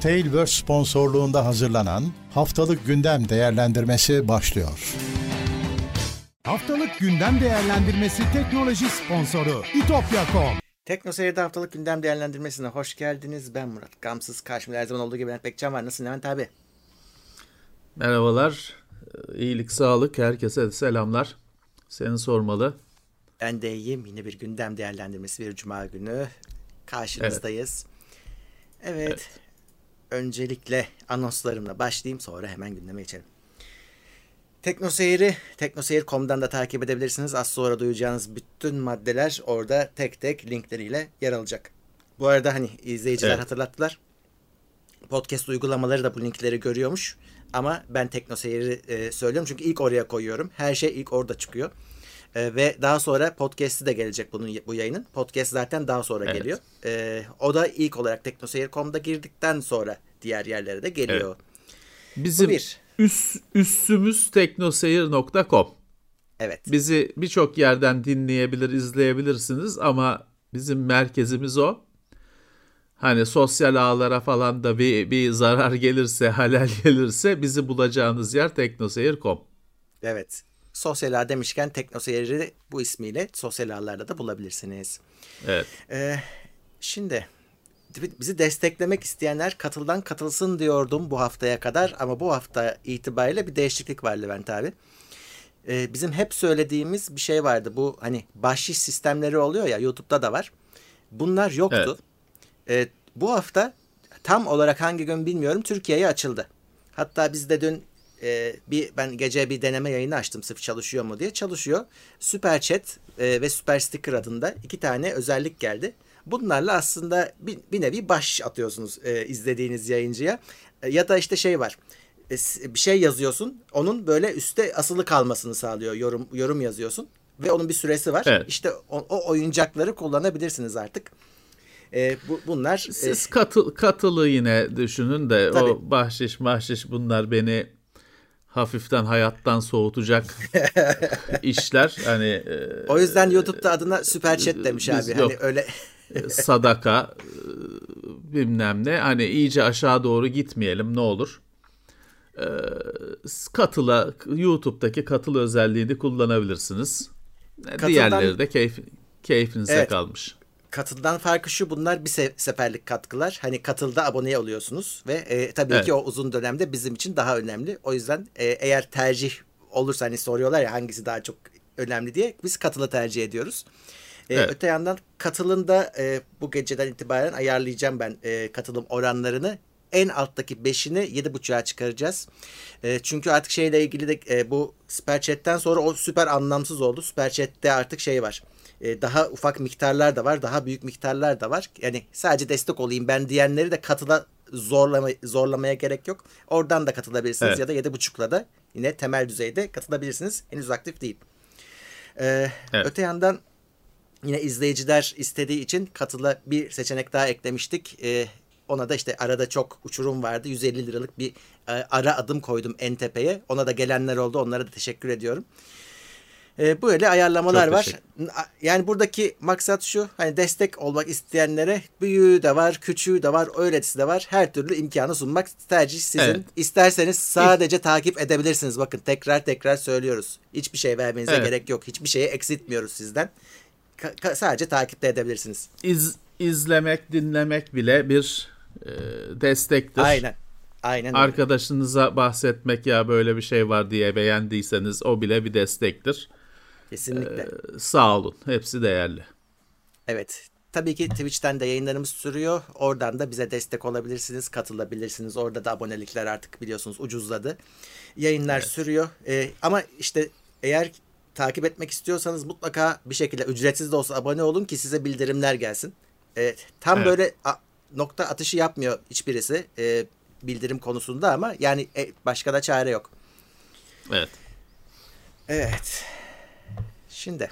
Tailverse sponsorluğunda hazırlanan Haftalık Gündem Değerlendirmesi başlıyor. Haftalık Gündem Değerlendirmesi teknoloji sponsoru itopya.com. TeknoSeyir'de Haftalık Gündem Değerlendirmesi'ne hoş geldiniz. Ben Murat Gamsız. Karşımda her zaman olduğu gibi Levent Bekcan var. Nasılsın Levent abi? Merhabalar. İyilik, sağlık. Herkese selamlar. Seni sormalı. Ben de iyiyim. Yine bir gündem değerlendirmesi, bir cuma günü karşınızdayız. Evet. Öncelikle anonslarımla başlayayım, sonra hemen gündeme geçelim. TeknoSeyir'i teknoseyir.com'dan da takip edebilirsiniz. Az sonra duyacağınız bütün maddeler orada tek tek linkleriyle yer alacak. Bu arada hani izleyiciler hatırlattılar. Podcast uygulamaları da bu linkleri görüyormuş. Ama ben TeknoSeyir'i söylüyorum çünkü ilk oraya koyuyorum. Her şey ilk orada çıkıyor. Ve daha sonra podcast'i de gelecek bu yayının. Podcast zaten daha sonra geliyor. O da ilk olarak teknoseyir.com'da girdikten sonra diğer yerlere de geliyor. Bizim üssümüz teknoseyir.com. Evet. Bizi birçok yerden dinleyebilir, izleyebilirsiniz ama bizim merkezimiz o. Hani sosyal ağlara falan da bir zarar gelirse, halel gelirse bizi bulacağınız yer teknoseyir.com. Evet. Sosyal ağ demişken TeknoSeyir'i bu ismiyle sosyal ağlarda da bulabilirsiniz. Evet. Şimdi bizi desteklemek isteyenler katıldan katılsın diyordum bu haftaya kadar ama bu hafta itibariyle bir değişiklik var Levent abi. Bizim hep söylediğimiz bir şey vardı. Bu hani bahşiş sistemleri oluyor ya, YouTube'da da var. Bunlar yoktu. Evet. Bu hafta tam olarak hangi gün bilmiyorum, Türkiye'ye açıldı. Hatta biz de dün ben gece bir deneme yayını açtım sırf çalışıyor mu diye. Çalışıyor. Süper Chat ve Süper Sticker adında 2 tane özellik geldi. Bunlarla aslında bir nevi baş atıyorsunuz izlediğiniz yayıncıya. Ya da işte şey var. Bir şey yazıyorsun. Onun böyle üstte asılı kalmasını sağlıyor. Yorum yazıyorsun. Ve onun bir süresi var. Evet. İşte o oyuncakları kullanabilirsiniz artık. Bunlar... Siz katılı yine düşünün de tabii. O bahşiş bunlar beni hafiften hayattan soğutacak işler. Hani o yüzden YouTube'da adına Süper Chat demiş abi. Hani öyle sadaka bilmem ne. Hani iyice aşağı doğru gitmeyelim ne olur. YouTube'daki katıl özelliğini kullanabilirsiniz. Diğerleri de keyfinize kalmış. Katıldan farkı şu: bunlar bir seferlik katkılar. Hani katılda aboneye oluyorsunuz ve tabii ki o uzun dönemde bizim için daha önemli. O yüzden eğer tercih olursa, hani soruyorlar ya hangisi daha çok önemli diye, biz katılı tercih ediyoruz. Öte yandan katılın da bu geceden itibaren ayarlayacağım ben katılım oranlarını. En alttaki 5'ini 7.5'a çıkaracağız. Çünkü artık şeyle ilgili de bu Süper Chat'ten sonra o süper anlamsız oldu. Süper Chat'te artık şey var. Daha ufak miktarlar da var, daha büyük miktarlar da var. Yani sadece destek olayım ben diyenleri de katıla zorlamaya gerek yok. Oradan da katılabilirsiniz ya da 7.5'la da yine temel düzeyde katılabilirsiniz. Henüz aktif değil. Öte yandan yine izleyiciler istediği için katıla bir seçenek daha eklemiştik. Ona da işte arada çok uçurum vardı. 150 liralık bir ara adım koydum en tepeye. Ona da gelenler oldu. Onlara da teşekkür ediyorum. Böyle ayarlamalar var. Yani buradaki maksat şu: hani destek olmak isteyenlere büyüğü de var, küçüğü de var, öylesi de var. Her türlü imkanı sunmak tercih sizin. Evet. İsterseniz sadece takip edebilirsiniz. Bakın tekrar söylüyoruz. Hiçbir şey vermenize gerek yok. Hiçbir şeyi eksiltmiyoruz sizden. Sadece takipte edebilirsiniz. İzlemek, dinlemek bile bir destektir. Aynen. Arkadaşınıza bahsetmek, ya böyle bir şey var diye beğendiyseniz, o bile bir destektir. Kesinlikle. Sağ olun. Hepsi değerli. Evet. Tabii ki Twitch'ten de yayınlarımız sürüyor. Oradan da bize destek olabilirsiniz, katılabilirsiniz. Orada da abonelikler artık biliyorsunuz ucuzladı. Yayınlar sürüyor. Ama işte eğer takip etmek istiyorsanız mutlaka bir şekilde ücretsiz de olsa abone olun ki size bildirimler gelsin. Böyle nokta atışı yapmıyor hiçbirisi bildirim konusunda ama yani başka da çare yok. Evet. Şimdi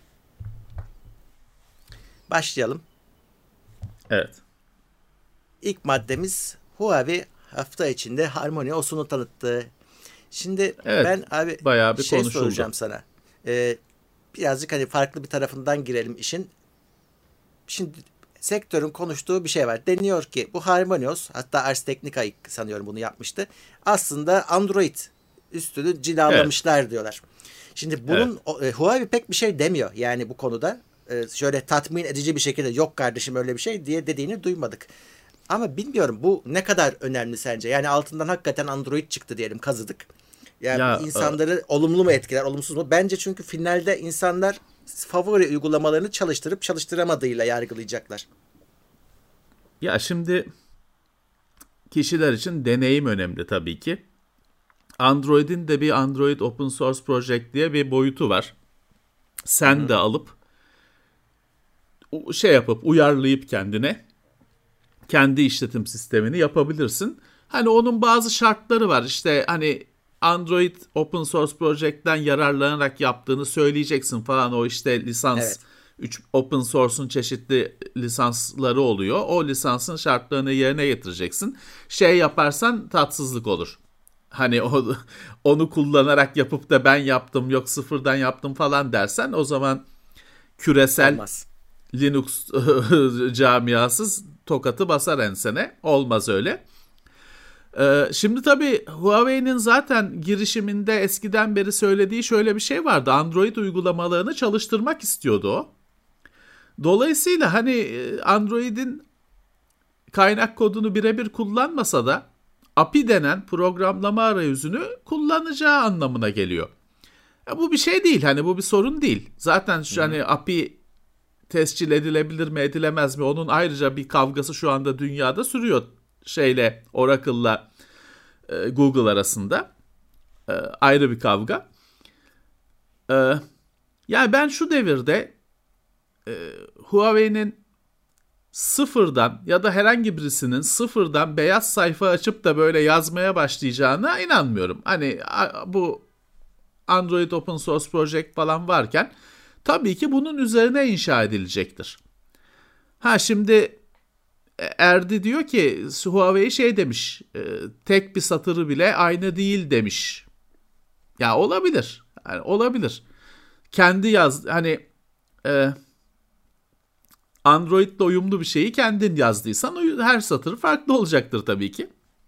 başlayalım. Evet. İlk maddemiz Huawei hafta içinde Harmony OS'unu tanıttı. Şimdi ben abi bayağı bir şey soracağım sana. Birazcık hani farklı bir tarafından girelim işin. Şimdi sektörün konuştuğu bir şey var. Deniyor ki bu Harmonious, hatta Ars Technica sanıyorum bunu yapmıştı. Aslında Android üstünü cilalamışlar diyorlar. Şimdi bunun Huawei pek bir şey demiyor yani bu konuda. Şöyle tatmin edici bir şekilde yok kardeşim öyle bir şey diye dediğini duymadık. Ama bilmiyorum bu ne kadar önemli sence? Yani altından hakikaten Android çıktı diyelim, kazıdık. Yani insanları olumlu mu etkiler, olumsuz mu? Bence çünkü finalde insanlar favori uygulamalarını çalıştırıp çalıştıramadığıyla yargılayacaklar. Ya şimdi kişiler için deneyim önemli tabii ki. Android'in de bir Android Open Source Project diye bir boyutu var. Sen de alıp yapıp uyarlayıp kendine kendi işletim sistemini yapabilirsin. Hani onun bazı şartları var. İşte hani Android Open Source Project'ten yararlanarak yaptığını söyleyeceksin falan. O işte lisans, Open Source'un çeşitli lisansları oluyor. O lisansın şartlarını yerine getireceksin. Yaparsan tatsızlık olur. Hani onu kullanarak yapıp da ben yaptım, yok sıfırdan yaptım falan dersen o zaman küresel olmaz. Linux camiası tokatı basar ensene. Olmaz öyle. Şimdi tabii Huawei'nin zaten girişiminde eskiden beri söylediği şöyle bir şey vardı. Android uygulamalarını çalıştırmak istiyordu o. Dolayısıyla hani Android'in kaynak kodunu birebir kullanmasa da API denen programlama arayüzünü kullanacağı anlamına geliyor. Bu bir şey değil, hani bu bir sorun değil. Zaten hani API tescil edilebilir mi edilemez mi onun ayrıca bir kavgası şu anda dünyada sürüyor. Oracle'la Google arasında ayrı bir kavga. Yani ben şu devirde Huawei'nin sıfırdan ya da herhangi birisinin sıfırdan beyaz sayfa açıp da böyle yazmaya başlayacağına inanmıyorum. Hani bu Android Open Source Project falan varken tabii ki bunun üzerine inşa edilecektir. Şimdi Erdi diyor ki Huawei demiş, tek bir satırı bile aynı değil demiş. Ya olabilir. Yani olabilir. Kendi hani Android'le uyumlu bir şeyi kendin yazdıysan her satır farklı olacaktır tabii ki.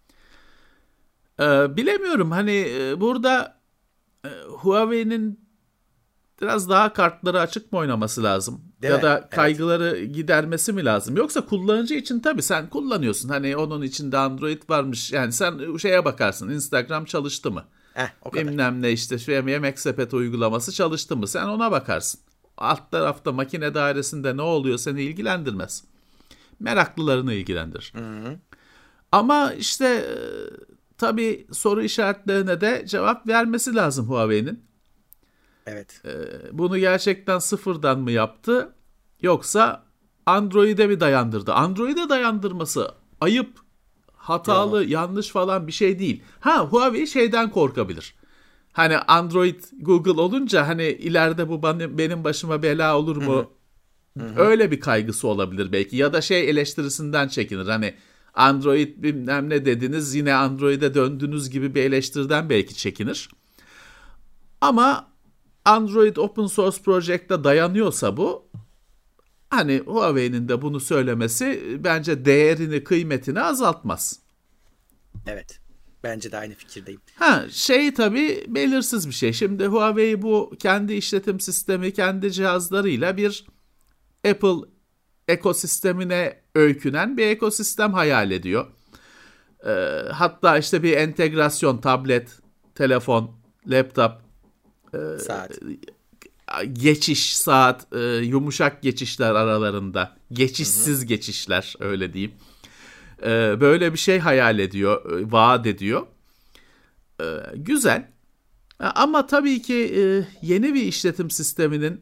Bilemiyorum hani burada Huawei'nin biraz daha kartları açık mı oynaması lazım? Değil ya mi? Da kaygıları gidermesi mi lazım? Yoksa kullanıcı için tabii sen kullanıyorsun. Hani onun içinde Android varmış. Yani sen bakarsın. Instagram çalıştı mı? O kadar. Bilmem ne işte Yemek Sepeti uygulaması çalıştı mı? Sen ona bakarsın. Alt tarafta makine dairesinde ne oluyor seni ilgilendirmez. Meraklılarını ilgilendirir. Hı-hı. Ama işte tabii soru işaretlerine de cevap vermesi lazım Huawei'nin. Evet. Bunu gerçekten sıfırdan mı yaptı yoksa Android'e mi dayandırdı? Android'e dayandırması ayıp, hatalı, yanlış falan bir şey değil. Huawei şeyden korkabilir. Hani Android Google olunca hani ileride bu benim başıma bela olur mu? Hı-hı. Öyle bir kaygısı olabilir belki. Ya da eleştirisinden çekinir. Hani Android bilmem ne dediniz yine Android'e döndünüz gibi bir eleştiriden belki çekinir. Ama Android Open Source Project'te dayanıyorsa bu, hani Huawei'nin de bunu söylemesi bence değerini, kıymetini azaltmaz. Evet. Bence de aynı fikirdeyim. Tabii belirsiz bir şey. Şimdi Huawei bu kendi işletim sistemi, kendi cihazlarıyla bir Apple ekosistemine öykünen bir ekosistem hayal ediyor. Hatta işte bir entegrasyon, tablet, telefon, laptop, saat. Geçiş saat, yumuşak geçişler aralarında, geçişsiz geçişler öyle diyeyim. Böyle bir şey hayal ediyor, vaat ediyor. Güzel. Ama tabii ki yeni bir işletim sisteminin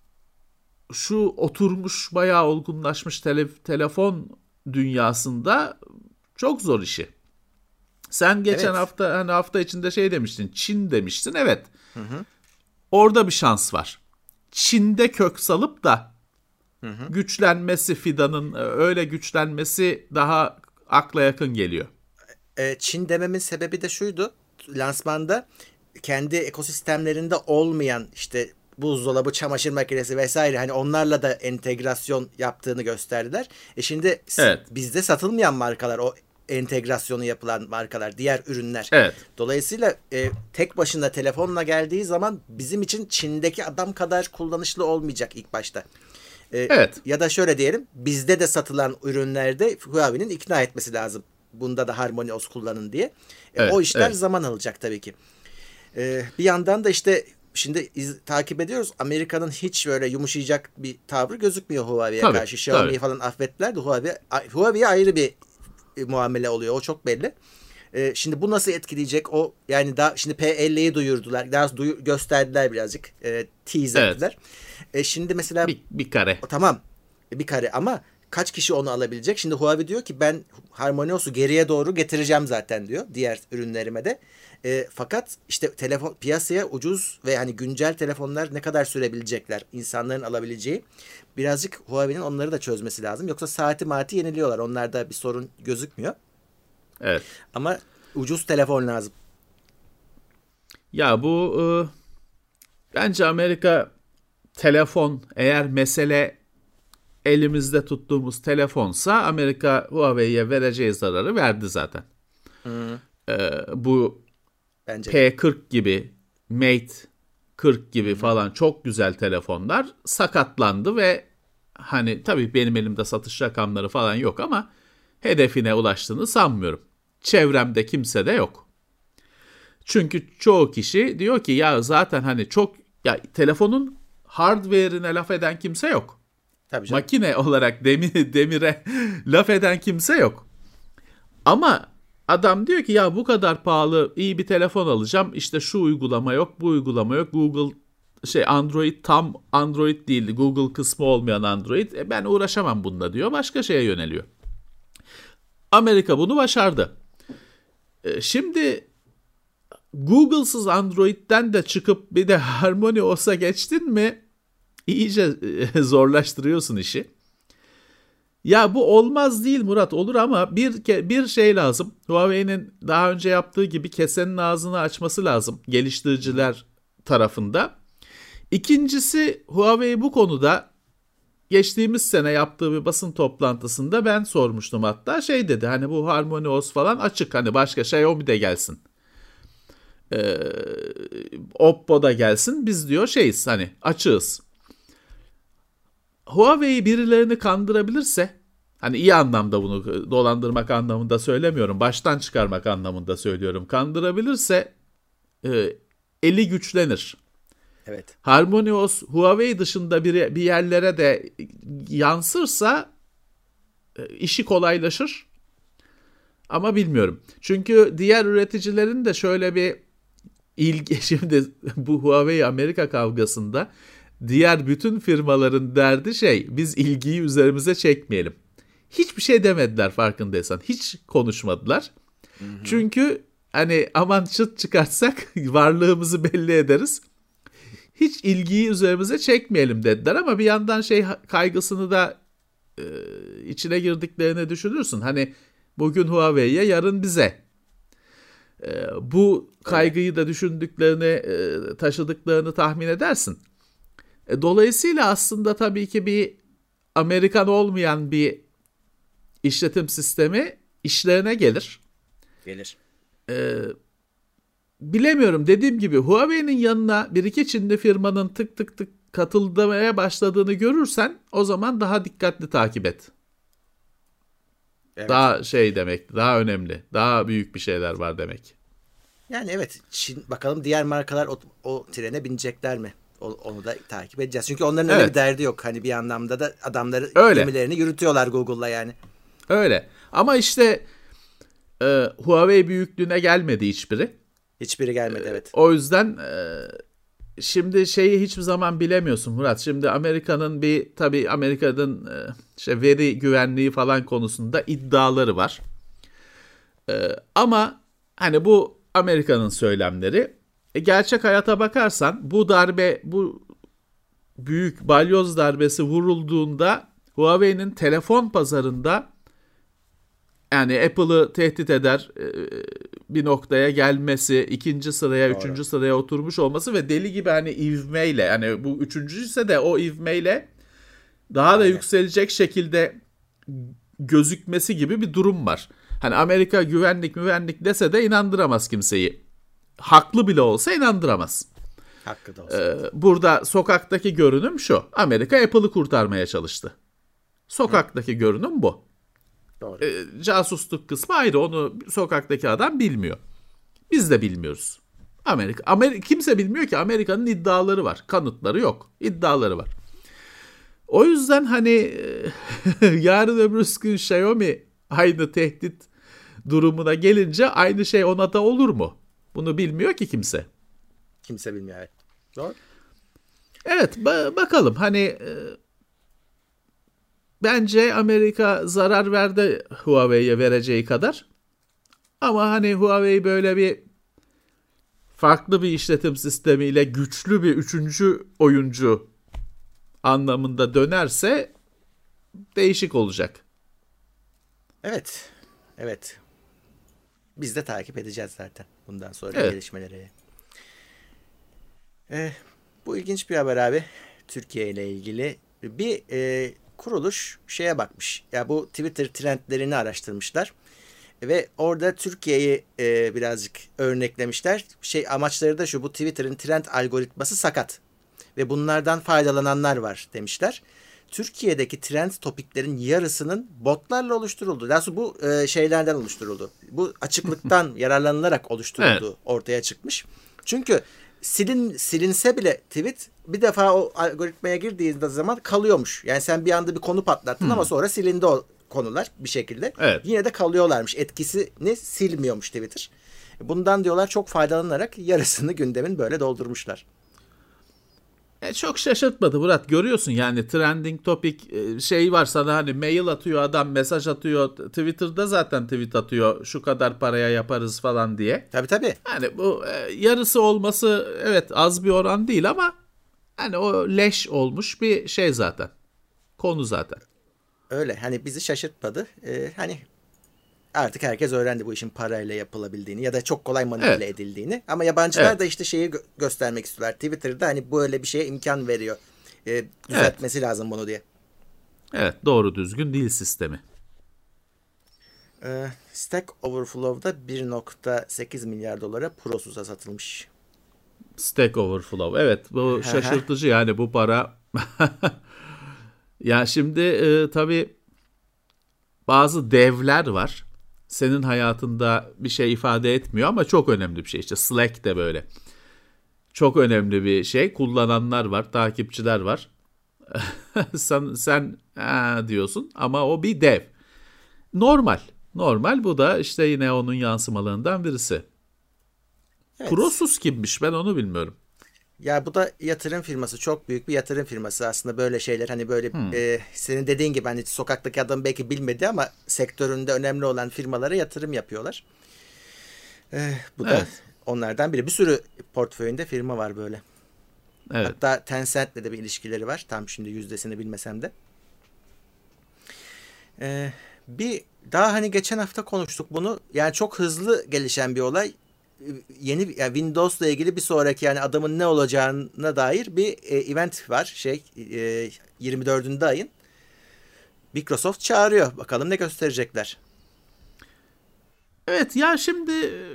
şu oturmuş bayağı olgunlaşmış telefon dünyasında çok zor işi. Sen geçen hafta içinde demiştin, Çin demiştin, evet. Hı. Orada bir şans var. Çin'de kök salıp da güçlenmesi, fidanın öyle güçlenmesi daha akla yakın geliyor. Çin dememin sebebi de şuydu. Lansmanda kendi ekosistemlerinde olmayan işte buzdolabı, çamaşır makinesi vesaire hani onlarla da entegrasyon yaptığını gösterdiler. Şimdi bizde satılmayan markalar, o entegrasyonu yapılan markalar, diğer ürünler. Evet. Dolayısıyla tek başına telefonla geldiği zaman bizim için Çin'deki adam kadar kullanışlı olmayacak ilk başta. Evet. Ya da şöyle diyelim, bizde de satılan ürünlerde Huawei'nin ikna etmesi lazım. Bunda da HarmonyOS kullanın diye. O işler zaman alacak tabii ki. Bir yandan da işte şimdi takip ediyoruz. Amerika'nın hiç böyle yumuşayacak bir tavrı gözükmüyor Huawei'ye karşı. Xiaomi'yi falan affettiler de Huawei'ye ayrı bir muamele oluyor. O çok belli. Şimdi bu nasıl etkileyecek? O yani daha şimdi P50'yi duyurdular. Daha gösterdiler birazcık. Tease ettiler. Şimdi mesela bir kare. Tamam. Bir kare ama kaç kişi onu alabilecek? Şimdi Huawei diyor ki ben HarmonyOS'u geriye doğru getireceğim zaten diyor. Diğer ürünlerime de. Fakat işte telefon piyasaya ucuz ve hani güncel telefonlar ne kadar sürebilecekler, insanların alabileceği, birazcık Huawei'nin onları da çözmesi lazım. Yoksa saati yeniliyorlar. Onlarda bir sorun gözükmüyor. Evet. Ama ucuz telefon lazım. Ya bu bence Amerika telefon, eğer mesele elimizde tuttuğumuz telefonsa, Amerika Huawei'ye vereceği zararı verdi zaten. Bu bence P40 gibi, Mate 40 gibi falan çok güzel telefonlar sakatlandı ve hani tabii benim elimde satış rakamları falan yok ama hedefine ulaştığını sanmıyorum. Çevremde kimse de yok. Çünkü çoğu kişi diyor ki ya zaten hani ya telefonun hardware'ine laf eden kimse yok. Tabii canım. Makine olarak demire laf eden kimse yok. Ama adam diyor ki ya bu kadar pahalı iyi bir telefon alacağım. İşte şu uygulama yok, bu uygulama yok. Google Android tam Android değil, Google kısmı olmayan Android. Ben uğraşamam bununla diyor. Başka şeye yöneliyor. Amerika bunu başardı. Şimdi Google'sız Android'den de çıkıp bir de HarmonyOS'a geçtin mi iyice zorlaştırıyorsun işi. Ya bu olmaz değil Murat, olur ama bir şey lazım. Huawei'nin daha önce yaptığı gibi kesenin ağzını açması lazım geliştiriciler tarafında. İkincisi, Huawei bu konuda geçtiğimiz sene yaptığı bir basın toplantısında ben sormuştum hatta, dedi hani bu HarmonyOS falan açık, hani başka Xiaomi de gelsin. Oppo da gelsin, biz diyor hani açığız. Huawei birilerini kandırabilirse, hani iyi anlamda, bunu dolandırmak anlamında söylemiyorum, baştan çıkarmak anlamında söylüyorum, kandırabilirse eli güçlenir. Evet. HarmonyOS Huawei dışında bir yerlere de yansırsa işi kolaylaşır. Ama bilmiyorum. Çünkü diğer üreticilerin de şöyle bir şimdi bu Huawei Amerika kavgasında diğer bütün firmaların derdi biz ilgiyi üzerimize çekmeyelim. Hiçbir şey demediler farkındaysan. Hiç konuşmadılar. Hı-hı. Çünkü hani aman çıt çıkartsak varlığımızı belli ederiz. Hiç ilgiyi üzerimize çekmeyelim dediler ama bir yandan kaygısını da içine girdiklerini düşünürsün. Hani bugün Huawei'ye, yarın bize. Bu kaygıyı da düşündüklerini, taşıdıklarını tahmin edersin. Dolayısıyla aslında tabii ki bir Amerikan olmayan bir işletim sistemi işlerine gelir. Gelir. Bilemiyorum, dediğim gibi Huawei'nin yanına bir iki Çinli firmanın tık tık katılmaya başladığını görürsen o zaman daha dikkatli takip et. Evet. Daha demek, daha önemli, daha büyük bir şeyler var demek. Yani evet, bakalım diğer markalar o trene binecekler mi? Onu da takip edeceğiz. Çünkü onların öyle bir derdi yok. Hani bir anlamda da adamları gemilerini yürütüyorlar Google'la yani. Öyle. Ama işte Huawei büyüklüğüne gelmedi hiçbiri. Hiçbiri gelmedi, evet. O yüzden şimdi hiçbir zaman bilemiyorsun Murat. Şimdi Amerika'nın tabii Amerika'nın veri güvenliği falan konusunda iddiaları var. Ama hani bu Amerika'nın söylemleri. Gerçek hayata bakarsan bu büyük balyoz darbesi vurulduğunda Huawei'nin telefon pazarında, yani Apple'ı tehdit eder, bir noktaya gelmesi, ikinci sıraya, Doğru. üçüncü sıraya oturmuş olması ve deli gibi hani ivmeyle, yani bu üçüncü ise de o ivmeyle daha da yükselecek şekilde gözükmesi gibi bir durum var. Hani Amerika güvenlik dese de inandıramaz kimseyi. Haklı bile olsa inandıramaz. Hakkı da olsun. Burada sokaktaki görünüm şu. Amerika Apple'ı kurtarmaya çalıştı. Sokaktaki görünüm bu. Doğru. Casusluk kısmı ayrı. Onu sokaktaki adam bilmiyor. Biz de bilmiyoruz. Amerika kimse bilmiyor ki, Amerika'nın iddiaları var. Kanıtları yok. İddiaları var. O yüzden hani yarın öbür gün Xiaomi aynı tehdit durumuna gelince aynı şey ona da olur mu? Bunu bilmiyor ki kimse. Kimse bilmiyor. Evet. Doğru. Evet, bakalım. Hani bence Amerika zarar verdi Huawei'ye vereceği kadar. Ama hani Huawei böyle bir farklı bir işletim sistemiyle güçlü bir üçüncü oyuncu anlamında dönerse değişik olacak. Evet. Evet. Biz de takip edeceğiz zaten bundan sonra gelişmeleri. Bu ilginç bir haber abi. Türkiye ile ilgili bir kuruluş şeye bakmış. Ya bu Twitter trendlerini araştırmışlar. Ve orada Türkiye'yi birazcık örneklemişler. Amaçları da şu: bu Twitter'ın trend algoritması sakat. Ve bunlardan faydalananlar var demişler. Türkiye'deki trend topiklerin yarısının botlarla oluşturuldu. Daha sonra bu şeylerden oluşturuldu. Bu açıklıktan yararlanılarak oluşturulduğu ortaya çıkmış. Çünkü silinse bile tweet bir defa o algoritmaya girdiğinde zaman kalıyormuş. Yani sen bir anda bir konu patlattın ama sonra silindi o konular bir şekilde. Evet. Yine de kalıyorlarmış. Etkisini silmiyormuş Twitter. Bundan diyorlar çok faydalanarak yarısını gündemin böyle doldurmuşlar. Çok şaşırtmadı Murat, görüyorsun yani trending topic şey var, sana hani mail atıyor adam, mesaj atıyor, Twitter'da zaten tweet atıyor şu kadar paraya yaparız falan diye. Tabii. Hani bu yarısı olması evet az bir oran değil ama hani o leş olmuş bir şey zaten, konu zaten. Öyle hani bizi şaşırtmadı. Hani artık herkes öğrendi bu işin parayla yapılabildiğini ya da çok kolay manipüle edildiğini. Ama yabancılar da işte şeyi göstermek istiyorlar. Twitter'da hani böyle bir şeye imkan veriyor. Düzeltmesi lazım bunu diye. Evet, doğru düzgün değil sistemi. Stack Overflow'da 1.8 milyar dolara Prosus'a satılmış. Stack Overflow. Evet, bu şaşırtıcı yani bu para. Ya şimdi tabii bazı devler var. Senin hayatında bir şey ifade etmiyor ama çok önemli bir şey. İşte Slack de böyle. Çok önemli bir şey. Kullananlar var, takipçiler var. sen diyorsun ama o bir dev. Normal, bu da işte yine onun yansımalarından birisi. Evet. Prosus kimmiş, ben onu bilmiyorum. Ya bu da yatırım firması, çok büyük bir yatırım firması aslında. Böyle şeyler hani böyle senin dediğin gibi hani sokaktaki adam belki bilmedi ama sektöründe önemli olan firmalara yatırım yapıyorlar. Bu da onlardan biri. Bir sürü portföyünde firma var böyle. Evet. Hatta Tencent'le de bir ilişkileri var. Tam şimdi yüzdesini bilmesem de. Bir daha hani geçen hafta konuştuk bunu. Yani çok hızlı gelişen bir olay. Yeni yani Windows'la ilgili bir sonraki yani adamın ne olacağına dair bir event var. 24'ünde ayın. Microsoft çağırıyor. Bakalım ne gösterecekler. Evet ya şimdi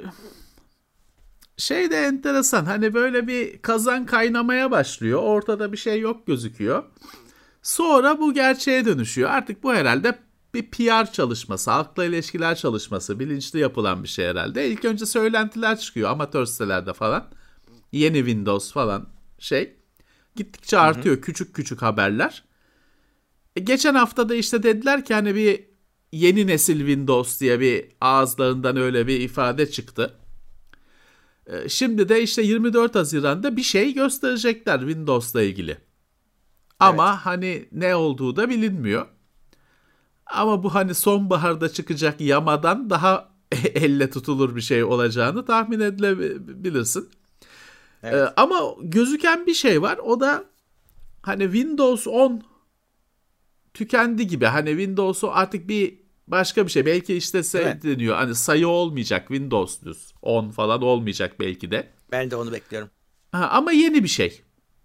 şey de enteresan. Hani böyle bir kazan kaynamaya başlıyor. Ortada bir şey yok gözüküyor. Sonra bu gerçeğe dönüşüyor. Artık bu herhalde bir PR çalışması, halkla ilişkiler çalışması, bilinçli yapılan bir şey herhalde. İlk önce söylentiler çıkıyor amatör sitelerde falan. Yeni Windows falan şey. Gittikçe artıyor küçük haberler. Geçen hafta da işte dediler ki hani bir yeni nesil Windows diye bir ağızlarından öyle bir ifade çıktı. Şimdi de işte 24 Haziran'da bir şey gösterecekler Windows'la ilgili. Ama hani ne olduğu da bilinmiyor. Ama bu hani sonbaharda çıkacak yamadan daha elle tutulur bir şey olacağını tahmin edilebilirsin. Evet. Ama gözüken bir şey var. O da hani Windows 10 tükendi gibi. Hani Windows'u artık bir başka bir şey. Belki işte Evet. deniyor. Hani sayı olmayacak, Windows düz 10 falan olmayacak belki de. Ben de onu bekliyorum. Ama yeni bir şey.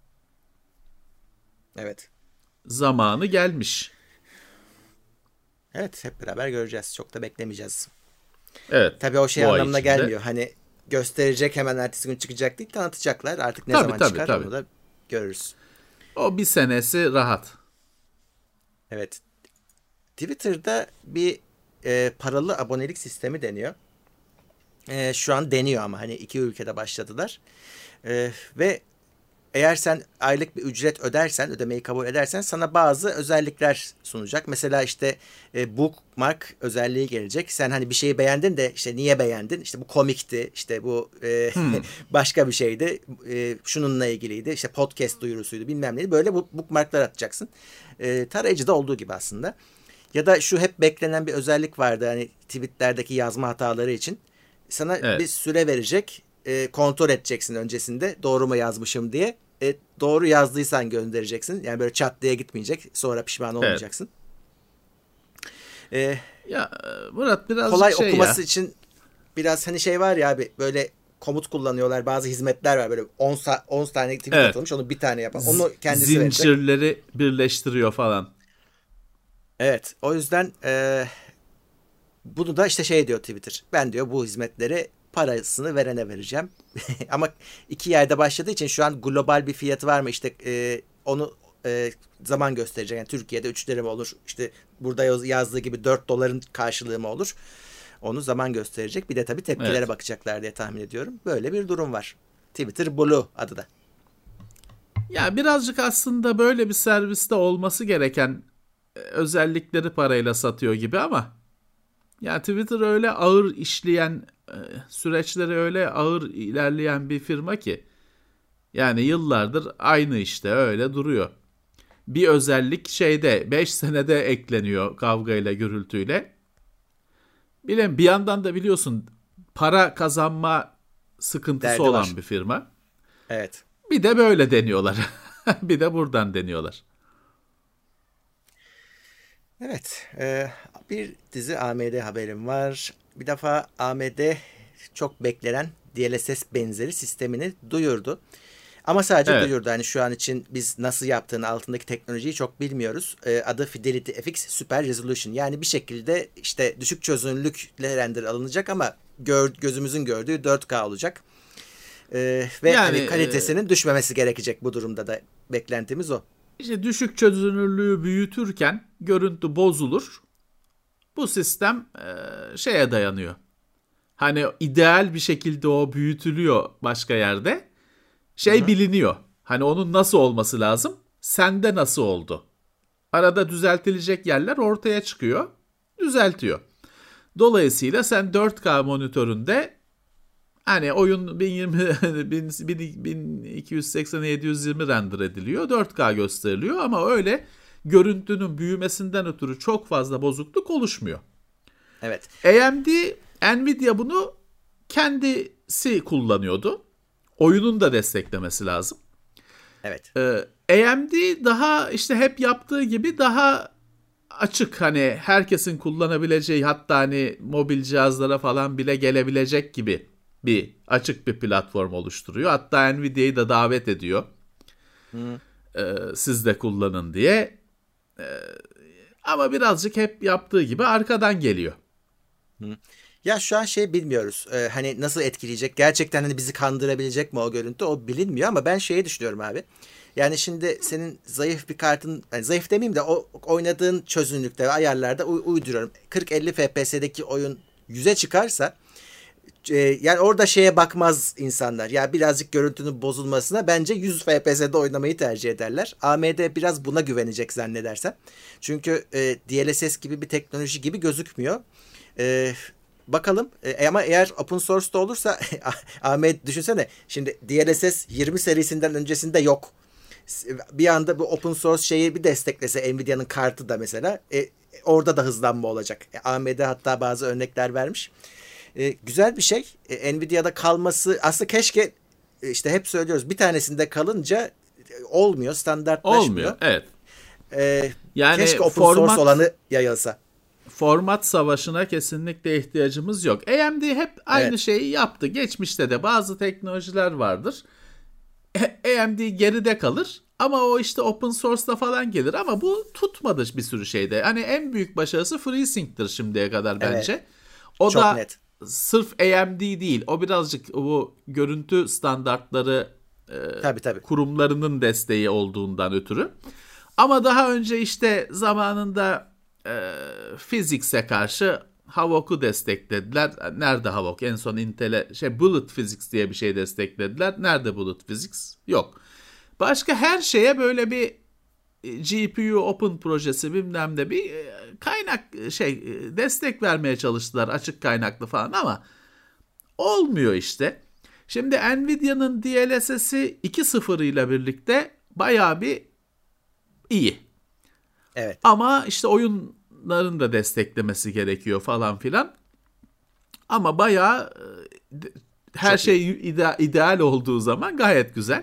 Evet. Zamanı gelmiş. Evet, hep beraber göreceğiz. Çok da beklemeyeceğiz. Evet. Tabii o şey Bu ay anlamına içinde. gelmiyor. Hani gösterecek, hemen ertesi gün çıkacak değil, tanıtacaklar. Artık ne Tabii, zaman tabii, çıkar tabii. onu da görürüz. O bir senesi rahat. Evet. Twitter'da bir paralı abonelik sistemi deniyor. Şu an deniyor ama hani 2 ülkede başladılar. Ve eğer sen aylık bir ücret ödersen, ödemeyi kabul edersen sana bazı özellikler sunacak. Mesela işte bookmark özelliği gelecek. Sen hani bir şeyi beğendin de işte niye beğendin? İşte bu komikti, işte bu başka bir şeydi, şununla ilgiliydi, işte podcast duyurusuydu, bilmem neydi. Böyle bu bookmarklar atacaksın. Tarayıcıda olduğu gibi aslında. Ya da şu hep beklenen bir özellik vardı hani tweetlerdeki yazma hataları için. Sana bir Evet. süre verecek. Kontrol edeceksin öncesinde doğru mu yazmışım diye. Doğru yazdıysan göndereceksin. Yani böyle çat diye gitmeyecek. Sonra pişman Evet. olmayacaksın. E, Ya Murat birazcık Kolay şey okuması ya. için biraz hani şey var ya abi, böyle komut kullanıyorlar. Bazı hizmetler var, böyle 10 tane tweet Evet. atılmış, onu bir tane yapan. Onu kendisi verecek. Zincirleri birleştiriyor falan. Evet, o yüzden bunu da işte şey diyor Twitter. Ben diyor bu hizmetleri parasını verene vereceğim. Ama 2 yerde başladığı için şu an global bir fiyatı var mı? İşte onu zaman gösterecek. Yani Türkiye'de 3 lira mı olur? İşte burada yazdığı gibi 4 doların karşılığı mı olur? Onu zaman gösterecek. Bir de tabii tepkilere Evet. bakacaklar diye tahmin ediyorum. Böyle bir durum var. Twitter Blue adı da. Ya birazcık aslında böyle bir serviste olması gereken özellikleri parayla satıyor gibi ama ya Twitter öyle ağır işleyen süreçleri öyle ağır ilerleyen bir firma ki yani yıllardır aynı işte öyle duruyor. Bir özellik şeyde 5 senede ekleniyor kavgayla gürültüyle. Bir yandan da biliyorsun para kazanma sıkıntısı Derdi var. olan bir firma. Evet. Bir de böyle deniyorlar. Bir de buradan deniyorlar. Evet, bir dizi AMD haberim var. Bir defa AMD çok beklenen DLSS benzeri sistemini duyurdu. Ama sadece Evet. duyurdu. Hani şu an için biz nasıl yaptığını, altındaki teknolojiyi çok bilmiyoruz. Adı Fidelity FX Super Resolution. Yani bir şekilde işte düşük çözünürlükle render alınacak ama gözümüzün gördüğü 4K olacak. Ve Yani hani kalitesinin düşmemesi gerekecek, bu durumda da beklentimiz o. işte düşük çözünürlüğü büyütürken görüntü bozulur. Bu sistem şeye dayanıyor. Hani ideal bir şekilde o büyütülüyor başka yerde. Şey biliniyor. Hani onun nasıl olması lazım? Sende nasıl oldu? Arada düzeltilecek yerler ortaya çıkıyor. Düzeltiyor. Dolayısıyla sen 4K monitöründe hani oyun 1280'e 720 render ediliyor. 4K gösteriliyor ama öyle görüntünün büyümesinden ötürü çok fazla bozukluk oluşmuyor. Evet. AMD, Nvidia bunu kendisi kullanıyordu. Oyunun da desteklemesi lazım. Evet. AMD daha işte hep yaptığı gibi daha açık, hani herkesin kullanabileceği, hatta hani mobil cihazlara falan bile gelebilecek gibi bir açık bir platform oluşturuyor. Hatta Nvidia'yı da davet ediyor. Siz de kullanın diye. Ama birazcık hep yaptığı gibi arkadan geliyor. Ya şu an şey bilmiyoruz. Hani nasıl etkileyecek? Gerçekten hani bizi kandırabilecek mi o görüntü? O bilinmiyor ama ben şeyi düşünüyorum abi. Yani şimdi senin zayıf bir kartın, yani zayıf demeyeyim de o oynadığın çözünürlükte ve ayarlarda uyduruyorum. 40-50 FPS'deki oyun 100'e çıkarsa yani orada şeye bakmaz insanlar. Ya birazcık görüntünün bozulmasına, bence 100 FPS'de oynamayı tercih ederler. AMD biraz buna güvenecek zannedersem. Çünkü DLSS gibi bir teknoloji gibi gözükmüyor. Bakalım. Ama eğer open source da olursa Ahmet düşünsene, şimdi DLSS 20 serisinden öncesinde yok. Bir anda bu open source şeyi bir desteklese Nvidia'nın kartı da mesela orada da hızlanma olacak. AMD hatta bazı örnekler vermiş. Güzel bir şey. Nvidia'da kalması aslında, keşke işte hep söylüyoruz, bir tanesinde kalınca olmuyor, standartlaşmıyor. Olmuyor, evet. E, Yani Keşke open source olanı yayılsa. format savaşına kesinlikle ihtiyacımız yok. AMD hep aynı şeyi yaptı. Geçmişte de bazı teknolojiler vardır. AMD geride kalır ama o işte open source'da falan gelir ama bu tutmadı bir sürü şeyde. Hani en büyük başarısı FreeSync'tir şimdiye kadar bence. Evet. O Çok da net. sırf AMD değil. O birazcık bu görüntü standartları Tabii. kurumlarının desteği olduğundan ötürü. Ama daha önce işte zamanında Physics'e karşı Havok'u desteklediler. Nerede Havok? En son Intel'e Bullet Physics diye bir şey desteklediler. Nerede Bullet Physics? Yok. Başka her şeye böyle bir GPU Open projesi bilmem de bir kaynak destek vermeye çalıştılar, açık kaynaklı falan ama olmuyor işte. Şimdi Nvidia'nın DLSS'i 2.0 ile birlikte bayağı bir iyi. Evet. Ama işte oyunların da desteklemesi gerekiyor falan filan. Ama bayağı her Çok şey ideal olduğu zaman gayet güzel.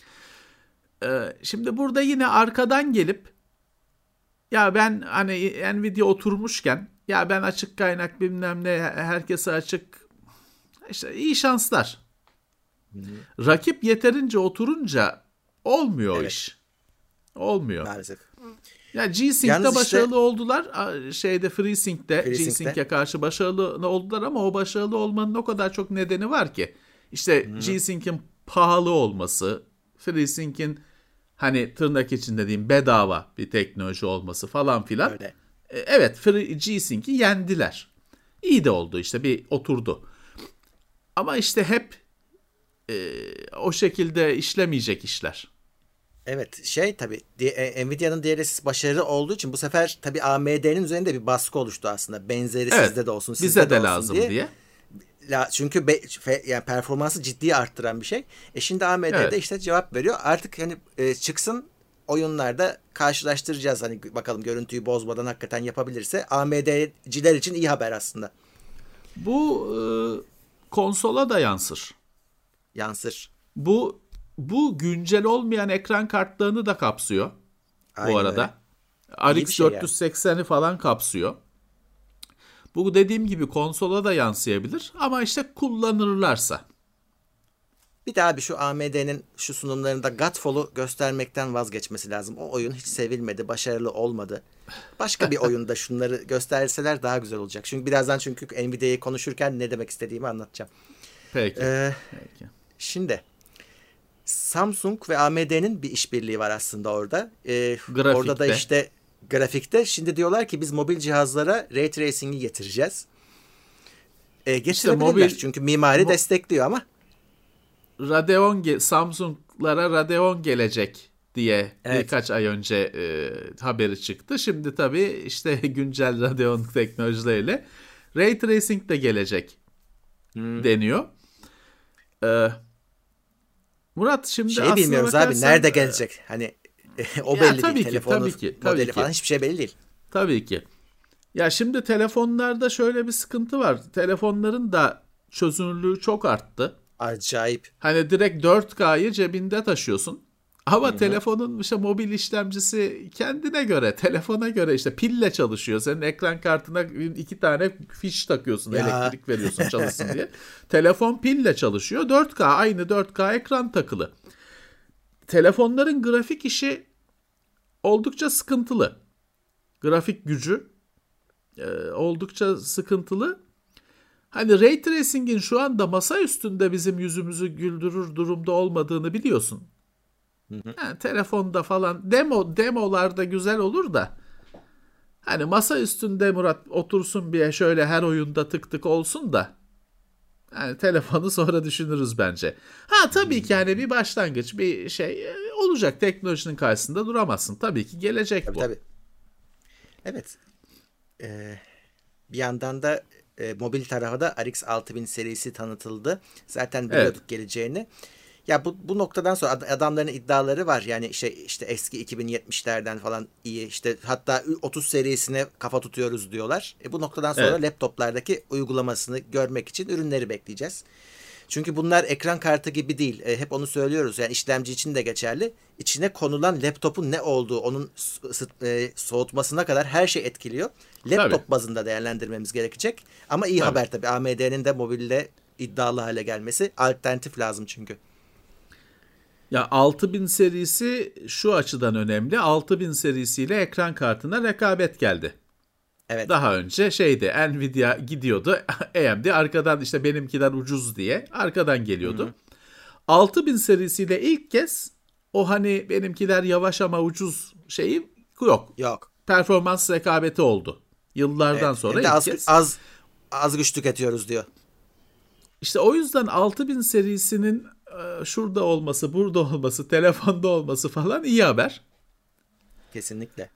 Şimdi burada yine arkadan gelip ya ben hani Nvidia oturmuşken ya ben açık kaynak bilmem ne herkese açık işte iyi şanslar. Rakip yeterince oturunca olmuyor o iş. Olmuyor. Maalesef. Ya G-Sync'te başarılı oldular. FreeSync'te G-Sync'e karşı başarılı oldular ama o başarılı olmanın o kadar çok nedeni var ki. İşte G-Sync'in pahalı olması, FreeSync'in hani tırnak içinde diyeyim bedava bir teknoloji olması falan filan. Öyle. Evet, G-Sync'i yendiler. İyi de oldu işte bir oturdu. Ama işte hep o şekilde işlemeyecek işler. Evet tabii Nvidia'nın DLSS başarılı olduğu için bu sefer tabii AMD'nin üzerinde bir baskı oluştu aslında. Benzeri sizde de olsun, sizde bize de olsun lazım diye. Çünkü yani performansı ciddi arttıran bir şey. Şimdi AMD de işte cevap veriyor. Artık hani çıksın oyunlarda karşılaştıracağız. Hani bakalım görüntüyü bozmadan hakikaten yapabilirse AMD'ciler için iyi haber aslında. Bu konsola da yansır. Yansır. Bu güncel olmayan ekran kartlarını da kapsıyor. Aynen bu arada. Öyle. RX 480'i falan kapsıyor. Bu dediğim gibi konsola da yansıyabilir ama işte kullanırlarsa. Bir daha bir şu AMD'nin şu sunumlarında Godfall'u göstermekten vazgeçmesi lazım. O oyun hiç sevilmedi, başarılı olmadı. Başka bir oyunda şunları gösterseler daha güzel olacak. Birazdan Nvidia'yı konuşurken ne demek istediğimi anlatacağım. Peki. Şimdi Samsung ve AMD'nin bir işbirliği var aslında orada. Orada da işte grafikte. Şimdi diyorlar ki biz mobil cihazlara Ray Tracing'i getireceğiz. Getirebilirler çünkü mimari destekliyor ama. Samsung'lara Radeon gelecek diye birkaç ay önce haberi çıktı. Şimdi tabii işte güncel Radeon teknolojileriyle Ray Tracing de gelecek deniyor. Murat şimdi aslında bilmiyoruz abi nerede gelecek? Hani o belli değil. Telefonu, modeli falan hiçbir şey belli değil. Tabii ki. Ya şimdi telefonlarda şöyle bir sıkıntı var. Telefonların da çözünürlüğü çok arttı. Acayip. Hani direkt 4K'yı cebinde taşıyorsun. Ama telefonun işte mobil işlemcisi kendine göre, telefona göre işte pille çalışıyor. Senin ekran kartına 2 tane fiş takıyorsun, elektrik veriyorsun çalışsın diye. Telefon pille çalışıyor. 4K, aynı 4K ekran takılı. Telefonların grafik işi oldukça sıkıntılı. Grafik gücü oldukça sıkıntılı. Hani Ray Tracing'in şu anda masa üstünde bizim yüzümüzü güldürür durumda olmadığını biliyorsun. Yani telefonda falan demolarda güzel olur da hani masa üstünde Murat otursun bir şöyle her oyunda tık tık olsun da yani telefonu sonra düşünürüz bence. Tabii ki hani bir başlangıç bir şey olacak, teknolojinin karşısında duramazsın. Tabii ki gelecek bu. Tabii. Evet. Bir yandan da mobil tarafa da RX 6000 serisi tanıtıldı. Zaten biliyorduk geleceğini. Ya bu noktadan sonra adamların iddiaları var. Yani işte eski 2070'lerden falan iyi. İşte hatta 30 serisine kafa tutuyoruz diyorlar. Bu noktadan sonra laptoplardaki uygulamasını görmek için ürünleri bekleyeceğiz. Çünkü bunlar ekran kartı gibi değil. Hep onu söylüyoruz. Yani işlemci için de geçerli. İçine konulan laptopun ne olduğu, onun soğutmasına kadar her şey etkiliyor. Laptop bazında değerlendirmemiz gerekecek. Ama iyi haber tabii. AMD'nin de mobilde iddialı hale gelmesi. Alternatif lazım çünkü. Ya 6000 serisi şu açıdan önemli. 6000 serisiyle ekran kartına rekabet geldi. Evet. Daha önce Nvidia gidiyordu. AMD arkadan işte benimkiler ucuz diye arkadan geliyordu. Hı-hı. 6000 serisiyle ilk kez o hani benimkiler yavaş ama ucuz yok. Yok. Performans rekabeti oldu. Yıllardan sonra ilk kez. Az güç tüketiyoruz diyor. İşte o yüzden 6000 serisinin şurada olması, burada olması, telefonda olması falan iyi haber. Kesinlikle.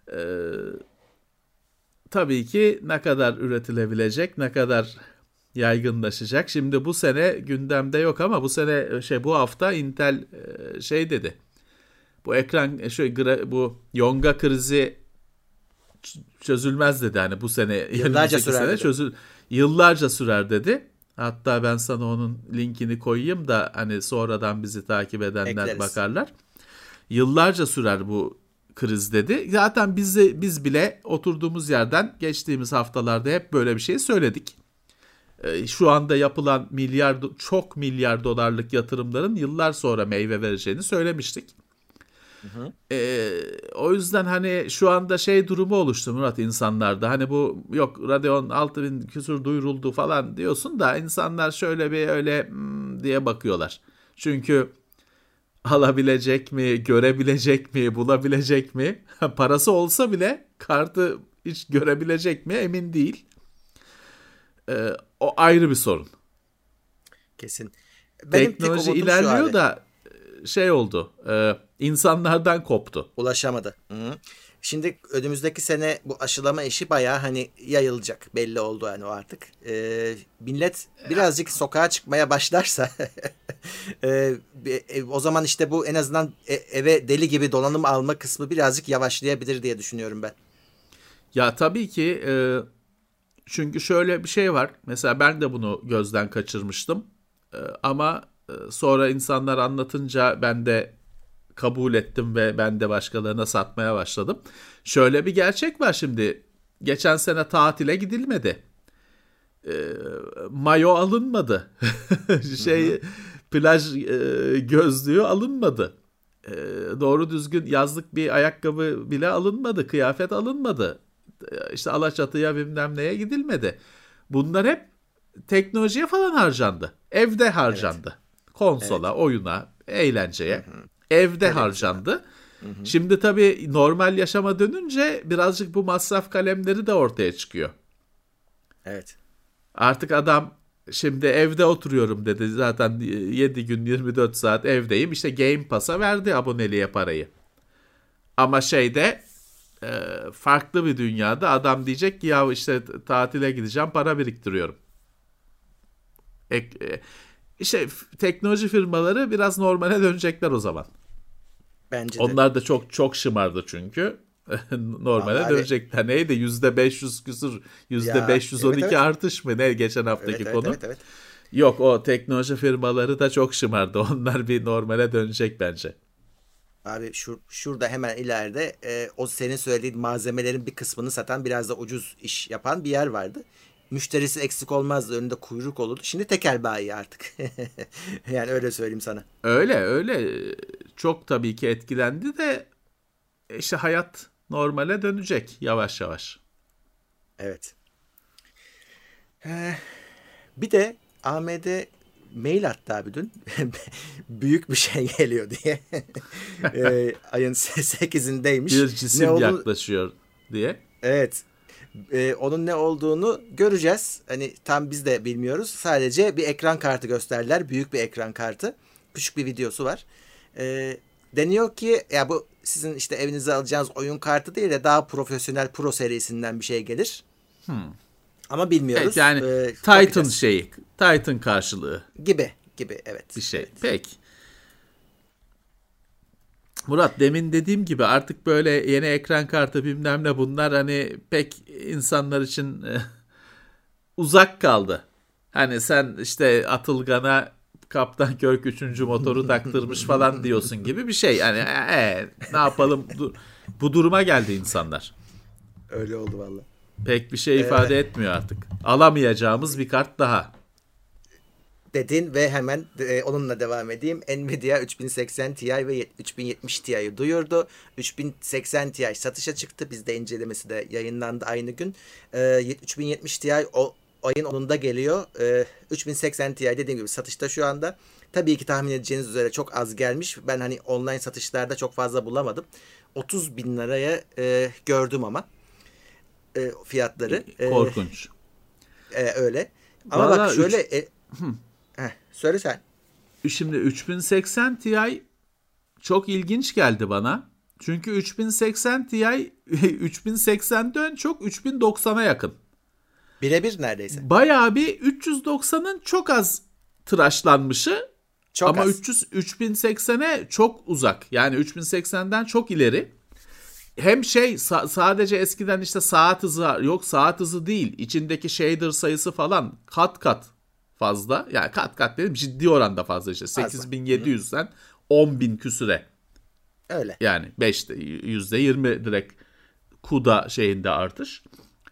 Tabii ki ne kadar üretilebilecek, ne kadar yaygınlaşacak. Şimdi bu sene gündemde yok ama bu sene bu hafta Intel dedi. Bu ekran bu yonga krizi çözülmez dedi. Hani bu sene yıllarca sürer dedi. Yıllarca sürer dedi. Hatta ben sana onun linkini koyayım da hani sonradan bizi takip edenler ekleriz. Bakarlar. Yıllarca sürer bu kriz dedi. Zaten biz bile oturduğumuz yerden geçtiğimiz haftalarda hep böyle bir şey söyledik. Şu anda yapılan çok milyar dolarlık yatırımların yıllar sonra meyve vereceğini söylemiştik. Hı. O yüzden hani şu anda durumu oluştu Murat insanlarda. Hani bu yok Radeon 6000 küsur duyuruldu falan diyorsun da insanlar şöyle bir öyle diye bakıyorlar. Çünkü alabilecek mi, görebilecek mi, bulabilecek mi? Parası olsa bile kartı hiç görebilecek mi emin değil. O ayrı bir sorun. Kesin. Teknoloji ilerliyor da oldu. İnsanlardan koptu. Ulaşamadı. Hı-hı. Şimdi önümüzdeki sene bu aşılama işi bayağı hani yayılacak. Belli oldu yani o artık. Millet birazcık sokağa çıkmaya başlarsa o zaman işte bu en azından eve deli gibi donanım alma kısmı birazcık yavaşlayabilir diye düşünüyorum ben. Ya tabii ki çünkü şöyle bir şey var. Mesela ben de bunu gözden kaçırmıştım. Ama sonra insanlar anlatınca ben de kabul ettim ve ben de başkalarına satmaya başladım. Şöyle bir gerçek var şimdi. Geçen sene tatile gidilmedi. Mayo alınmadı. Plaj gözlüğü alınmadı. Doğru düzgün yazlık bir ayakkabı bile alınmadı. Kıyafet alınmadı. İşte Alaçatı'ya bilmem neye gidilmedi. Bunlar hep teknolojiye falan harcandı. Evde harcandı. Evet. Konsola, oyuna, eğlenceye. Hı-hı. Evde harcandı. Hı-hı. Şimdi tabii normal yaşama dönünce birazcık bu masraf kalemleri de ortaya çıkıyor. Evet. Artık adam şimdi evde oturuyorum dedi. Zaten 7 gün 24 saat evdeyim. İşte Game Pass'a verdi aboneliğe parayı. Ama farklı bir dünyada adam diyecek ki ya işte tatile gideceğim, para biriktiriyorum. İşte teknoloji firmaları biraz normale dönecekler o zaman. Bence de. Onlar da çok çok şımardı çünkü. Normale dönecekler. Neydi? %500 küsur, %512 evet. Artış mı? Ne geçen haftaki konu? Evet. Yok, o teknoloji firmaları da çok şımardı. Onlar bir normale dönecek bence. Abi şurada hemen ileride o senin söylediğin malzemelerin bir kısmını satan, biraz da ucuz iş yapan bir yer vardı. Müşterisi eksik olmazdı. Önünde kuyruk olurdu. Şimdi tekel bayi artık. Yani öyle söyleyeyim sana. Öyle. Çok tabii ki etkilendi de işte hayat normale dönecek yavaş yavaş. Evet. Bir de AMD mail attı abi dün. Büyük bir şey geliyor diye. Ayın 8'indeymiş. Bir cisim yaklaşıyor diye. Evet. Onun ne olduğunu göreceğiz. Hani tam biz de bilmiyoruz. Sadece bir ekran kartı gösterdiler. Büyük bir ekran kartı. Küçük bir videosu var. Deniyor ki ya bu sizin işte evinize alacağınız oyun kartı değil de daha profesyonel Pro serisinden bir şey gelir. Ama bilmiyoruz. Evet, yani Titan Titan karşılığı. Gibi evet. Bir şey. Evet. Peki. Murat, demin dediğim gibi artık böyle yeni ekran kartı bilmem ne bunlar hani pek insanlar için uzak kaldı. Hani sen işte Atılgan'a Kaptan Kirk 3. motoru taktırmış falan diyorsun gibi bir şey. Yani ne yapalım, bu duruma geldi insanlar. Öyle oldu vallahi. Pek bir şey ifade etmiyor artık. Alamayacağımız bir kart daha. Dedin ve hemen onunla devam edeyim. Nvidia 3080 Ti ve 3070 Ti'yi duyurdu. 3080 Ti satışa çıktı. Bizde incelemesi de yayınlandı aynı gün. 3070 Ti o ayın 10'unda geliyor. 3080 Ti dediğim gibi satışta şu anda. Tabii ki tahmin edeceğiniz üzere çok az gelmiş. Ben hani online satışlarda çok fazla bulamadım. 30 bin liraya gördüm ama fiyatları. Korkunç. Öyle. Ama Vallahi bak şöyle... söyle sen. Şimdi 3080 Ti çok ilginç geldi bana. Çünkü 3080 Ti 3080'den çok 3090'a yakın. Birebir neredeyse. Bayağı bir 390'ın çok az tıraşlanmışı Çok ama az. 3080'e çok uzak. Yani 3080'den çok ileri. Hem sadece eskiden işte saat hızı yok, saat hızı değil. İçindeki shader sayısı falan kat fazla. Yani kat dedim, ciddi oranda fazla işte. Fazla. 8700'den 10.000 küsüre. Öyle. Yani %20 direkt CUDA şeyinde artış.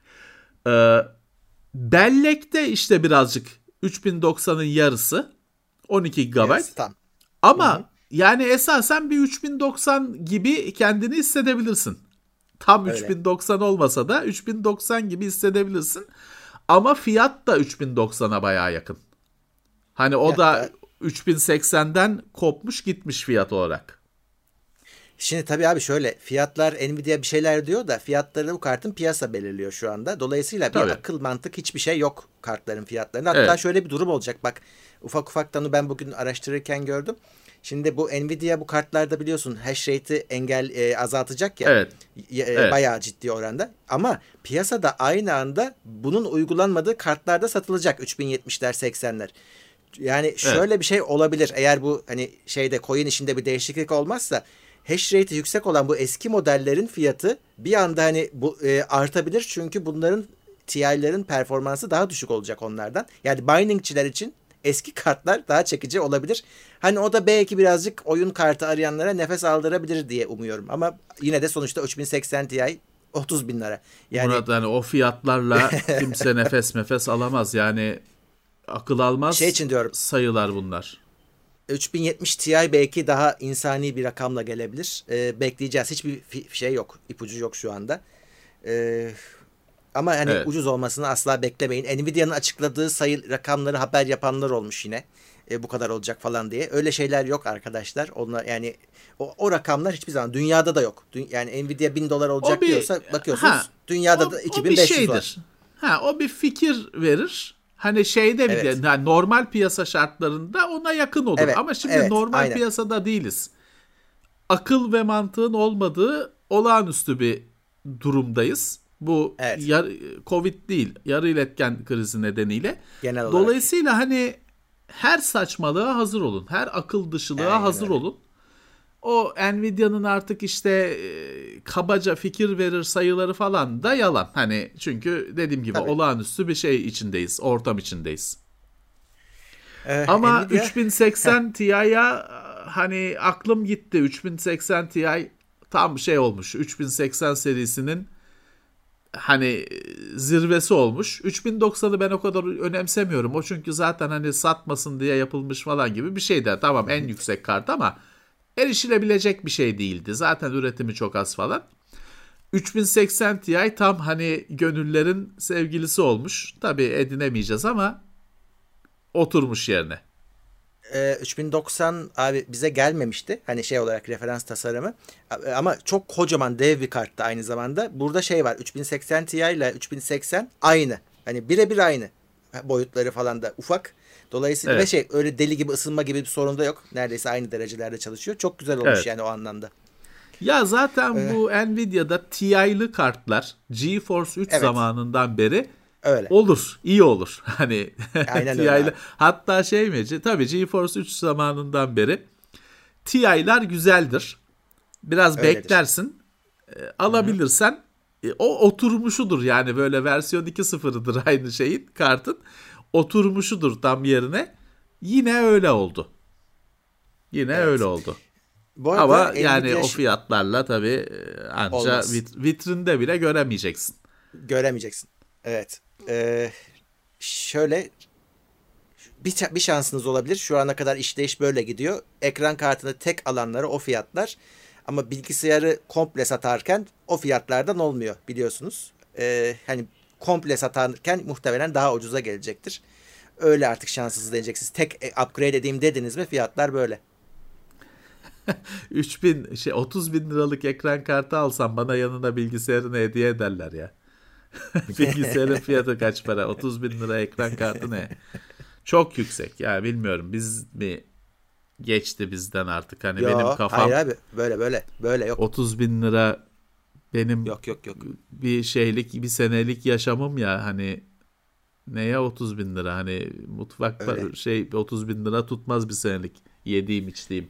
Bellekte işte birazcık 3090'ın yarısı 12 GB. Yes, tam. Ama yani esasen bir 3090 gibi kendini hissedebilirsin. Tam Öyle. 3090 olmasa da 3090 gibi hissedebilirsin. Ama fiyat da 3090'a bayağı yakın. Hani o da 3080'den kopmuş gitmiş fiyat olarak. Şimdi tabii abi şöyle, fiyatlar, Nvidia bir şeyler diyor da fiyatları bu kartın piyasa belirliyor şu anda. Dolayısıyla bir Tabii. akıl mantık hiçbir şey yok kartların fiyatlarında. Hatta şöyle bir durum olacak, bak ufaktan onu ben bugün araştırırken gördüm. Şimdi bu Nvidia bu kartlarda biliyorsun hash rate'i azaltacak ya. Evet. Bayağı ciddi oranda. Ama piyasada aynı anda bunun uygulanmadığı kartlarda satılacak 3070'ler 80'ler. Yani şöyle bir şey olabilir. Eğer bu hani coin işinde bir değişiklik olmazsa, hash rate'i yüksek olan bu eski modellerin fiyatı bir anda hani artabilir. Çünkü bunların TI'lerin performansı daha düşük olacak onlardan. Yani miningçiler için eski kartlar daha çekici olabilir. Hani o da belki birazcık oyun kartı arayanlara nefes aldırabilir diye umuyorum. Ama yine de sonuçta 3080 Ti 30 bin lira. Yani Murat, hani o fiyatlarla kimse nefes alamaz. Yani akıl almaz için diyorum. sayılar bunlar. 3070 Ti belki daha insani bir rakamla gelebilir. Bekleyeceğiz. Hiçbir şey yok. İpucu yok şu anda. Ama hani ucuz olmasını asla beklemeyin. Nvidia'nın açıkladığı sayı rakamları haber yapanlar olmuş yine. Bu kadar olacak falan diye. Öyle şeyler yok arkadaşlar. Onlar yani o rakamlar hiçbir zaman dünyada da yok. Yani Nvidia $1000 olacak diyorsa bakıyorsunuz dünyada da 2500 var. O bir fikir verir. Hani yani normal piyasa şartlarında ona yakın olur. Ama şimdi normal piyasada değiliz. Akıl ve mantığın olmadığı olağanüstü bir durumdayız. Bu Covid değil, yarı iletken krizi nedeniyle. Genel olarak. Dolayısıyla hani her saçmalığa hazır olun. Her akıl dışılığa hazır olun. O Nvidia'nın artık işte kabaca fikir verir sayıları falan da yalan. Hani çünkü dediğim gibi olağanüstü bir şey içindeyiz, ortam içindeyiz. Ama Nvidia 3080 Ti'ye hani aklım gitti. 3080 Ti tam olmuş. 3080 serisinin hani zirvesi olmuş. 3090'ı ben o kadar önemsemiyorum. O çünkü zaten hani satmasın diye yapılmış falan gibi bir şeydi. Tamam, en yüksek kart ama erişilebilecek bir şey değildi. Zaten üretimi çok az falan. 3080 Ti tam hani gönüllerin sevgilisi olmuş. Tabii edinemeyeceğiz ama oturmuş yerine. 3090 abi bize gelmemişti. Hani olarak referans tasarımı. Ama çok kocaman dev bir karttı aynı zamanda. Burada var. 3080 Ti ile 3080 aynı. Hani birebir aynı. Boyutları falan da ufak. Dolayısıyla ve öyle deli gibi ısınma gibi bir sorun da yok. Neredeyse aynı derecelerde çalışıyor. Çok güzel olmuş yani o anlamda. Ya zaten bu Nvidia'da Ti'li kartlar GeForce 3 zamanından beri olur, iyi olur. Hani Ti'li, hatta tabii GeForce 3 zamanından beri Ti'ler güzeldir. Biraz beklersin. Alabilirsen o oturmuşudur yani, böyle versiyon 2.0'ıdır aynı şeyin, kartın. Oturmuşudur tam yerine. Yine öyle oldu. öyle oldu. Ama yani o fiyatlarla tabii anca vitrinde bile göremeyeceksin. Göremeyeceksin. Evet. Şöyle bir şansınız olabilir. Şu ana kadar işleyiş böyle gidiyor. Ekran kartını tek alanları o fiyatlar. Ama bilgisayarı komple satarken o fiyatlardan olmuyor biliyorsunuz. Hani komple satarken muhtemelen daha ucuza gelecektir. Öyle artık şanssız deneyeceksiniz. Tek upgrade edeyim dediniz mi fiyatlar böyle. 30 bin liralık ekran kartı alsam bana yanına bilgisayarını hediye ederler ya. Bilgisayarın fiyatı kaç para? 30 bin lira ekran kartı ne? Çok yüksek ya, bilmiyorum. Biz mi geçti bizden artık? Hani benim kafam... Hayır abi, böyle yok. 30 bin lira benim yok. bir senelik yaşamım ya, hani neye 30 bin lira, hani mutfak 30 bin lira tutmaz bir senelik yediğim içtiğim.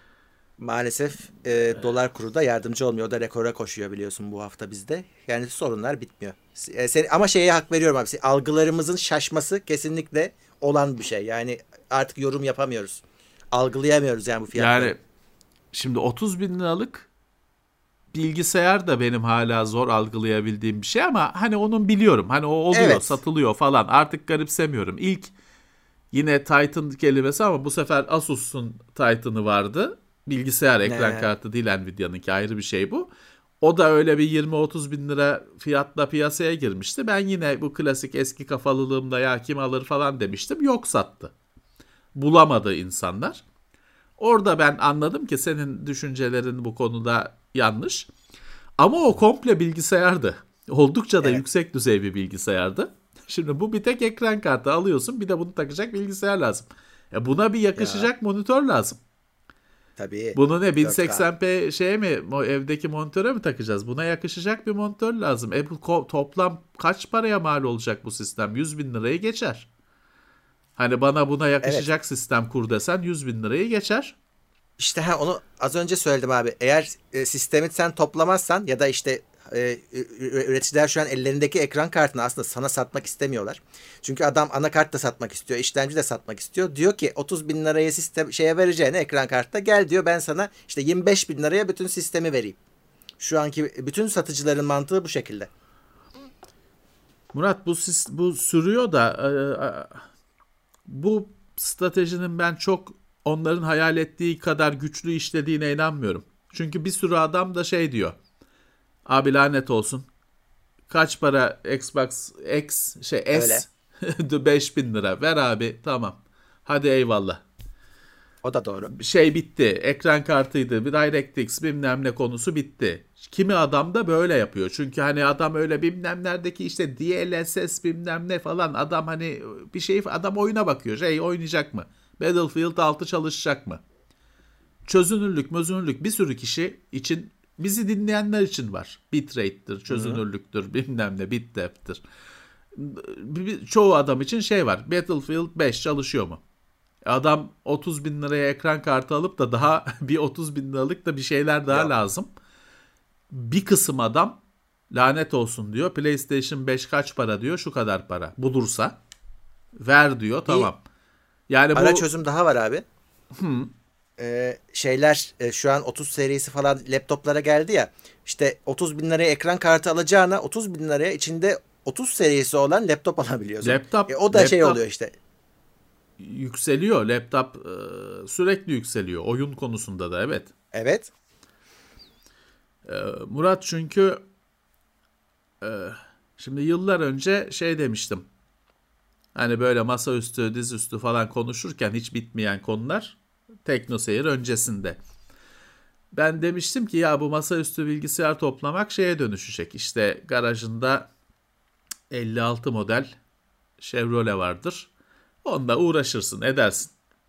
Maalesef dolar kuru da yardımcı olmuyor. O da rekora koşuyor biliyorsun bu hafta bizde. Yani sorunlar bitmiyor. Ama şeye hak veriyorum abi. Algılarımızın şaşması kesinlikle olan bir şey. Yani artık yorum yapamıyoruz. Algılayamıyoruz yani bu fiyatları. Yani şimdi 30 bin liralık bilgisayar da benim hala zor algılayabildiğim bir şey ama hani onun biliyorum. Hani o oluyor, evet, satılıyor falan. Artık garipsemiyorum. İlk yine Titan kelimesi ama bu sefer Asus'un Titan'ı vardı. Bilgisayar ekran kartı değil, Nvidia'nınki ayrı bir şey bu. O da öyle bir 20-30 bin lira fiyatla piyasaya girmişti. Ben yine bu klasik eski kafalılığımda ya kim alır falan demiştim. Yok, sattı. Bulamadı insanlar. Orada ben anladım ki senin düşüncelerin bu konuda yanlış. Ama o komple bilgisayardı. Oldukça da yüksek düzey bir bilgisayardı. Şimdi bu bir tek ekran kartı alıyorsun, bir de bunu takacak bilgisayar lazım. Buna bir yakışacak monitör lazım. Tabii. Bunu ne 1080p şeye mi, evdeki monitöre mi takacağız? Buna yakışacak bir monitör lazım. Bu toplam kaç paraya mal olacak bu sistem? 100 bin lirayı geçer. Hani bana buna yakışacak sistem kur desen 100 bin lirayı geçer. İşte onu az önce söyledim abi. Eğer sistemi sen toplamazsan ya da işte üreticiler şu an ellerindeki ekran kartını aslında sana satmak istemiyorlar. Çünkü adam anakart da satmak istiyor, işlemci de satmak istiyor. Diyor ki 30 bin liraya şeye vereceğine ekran kartta gel diyor, ben sana işte 25 bin liraya bütün sistemi vereyim. Şu anki bütün satıcıların mantığı bu şekilde. Murat, bu sürüyor da bu stratejinin ben çok onların hayal ettiği kadar güçlü işlediğine inanmıyorum. Çünkü bir sürü adam da şey diyor. Abi lanet olsun. Kaç para Xbox S 5.000 lira. Ver abi, tamam. Hadi eyvallah. O da doğru. Şey bitti. Ekran kartıydı. Bir DirectX bilmem ne konusu bitti. Kimi adam da böyle yapıyor. Çünkü hani adam öyle bilmem neredeki işte DLSS bilmem ne falan, adam hani bir şey, adam oyuna bakıyor. Oynayacak mı? Battlefield 6 çalışacak mı? Çözünürlük bir sürü kişi için, bizi dinleyenler için var. Bitrate'tir, çözünürlüktür, bilmem ne, bit depth'tir. Çoğu adam için var. Battlefield 5 çalışıyor mu? Adam 30 bin liraya ekran kartı alıp da daha bir 30 bin liralık da bir şeyler daha lazım. Bir kısım adam lanet olsun diyor. PlayStation 5 kaç para diyor? Şu kadar para. Bulursa ver diyor. Tamam. Yani ara çözüm daha var abi. Şu an 30 serisi falan laptoplara geldi ya. İşte 30 bin liraya ekran kartı alacağına 30 bin liraya içinde 30 serisi olan laptop alabiliyorsun. O da laptop oluyor işte. Yükseliyor. Laptop sürekli yükseliyor. Oyun konusunda da evet. Evet. Murat, çünkü şimdi yıllar önce demiştim. Hani böyle masaüstü, dizüstü falan konuşurken hiç bitmeyen konular, TeknoSeyir öncesinde. Ben demiştim ki ya bu masaüstü bilgisayar toplamak şeye dönüşecek. İşte garajında 56 model Chevrolet vardır. Onunla uğraşırsın, edersin.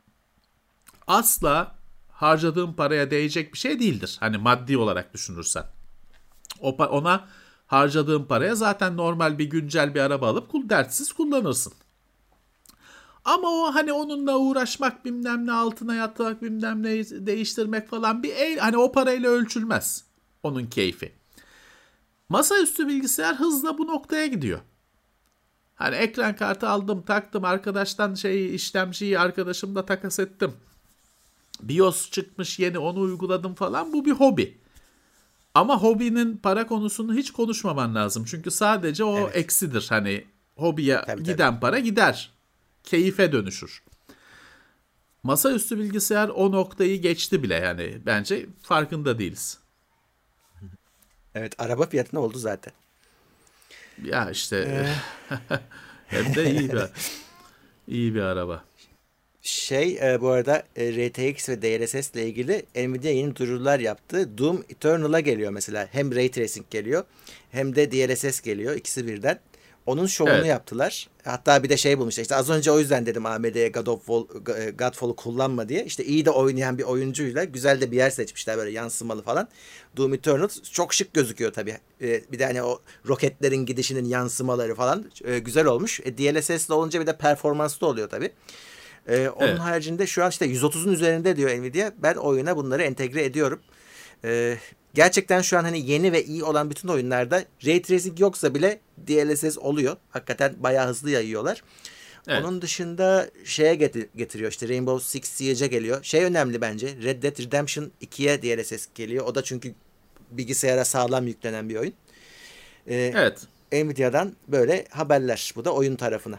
Asla harcadığın paraya değecek bir şey değildir. Hani maddi olarak düşünürsen. Ona harcadığın paraya zaten normal bir güncel bir araba alıp dertsiz kullanırsın. Ama o hani onunla uğraşmak, bilmem ne altına yatmak, bilmem ne değiştirmek falan hani o parayla ölçülmez onun keyfi. Masaüstü bilgisayar hızla bu noktaya gidiyor. Hani ekran kartı aldım, taktım, arkadaştan işlemciyi arkadaşımla takas ettim. BIOS çıkmış yeni, onu uyguladım falan, bu bir hobi. Ama hobinin para konusunu hiç konuşmaman lazım. Çünkü sadece o eksidir. Hani hobiye giden para gider. Keyfe dönüşür. Masaüstü bilgisayar o noktayı geçti bile yani. Bence farkında değiliz. Evet, araba fiyatı ne oldu zaten? Ya işte hem de iyi bir araba. Bu arada RTX ve DLSS ile ilgili Nvidia yeni duyurular yaptı. Doom Eternal'a geliyor mesela. Hem Ray Tracing geliyor hem de DLSS geliyor. İkisi birden. Onun şovunu yaptılar. Hatta bir de bulmuşlar. İşte az önce o yüzden dedim AMD'ye Godfall'u kullanma diye. İşte iyi de oynayan bir oyuncuyla güzel de bir yer seçmişler, böyle yansımalı falan. Doom Eternal çok şık gözüküyor tabii. Bir de hani o roketlerin gidişinin yansımaları falan güzel olmuş. DLSS'le olunca bir de performanslı oluyor tabii. Onun haricinde şu an işte 130'un üzerinde diyor Nvidia. Ben oyuna bunları entegre ediyorum. Gerçekten şu an hani yeni ve iyi olan bütün oyunlarda Ray Tracing yoksa bile DLSS oluyor. Hakikaten bayağı hızlı yayıyorlar. Evet. Onun dışında getiriyor işte Rainbow Six Siege'e geliyor. Önemli bence. Red Dead Redemption 2'ye DLSS geliyor. O da çünkü bilgisayara sağlam yüklenen bir oyun. Evet. Nvidia'dan böyle haberler. Bu da oyun tarafına.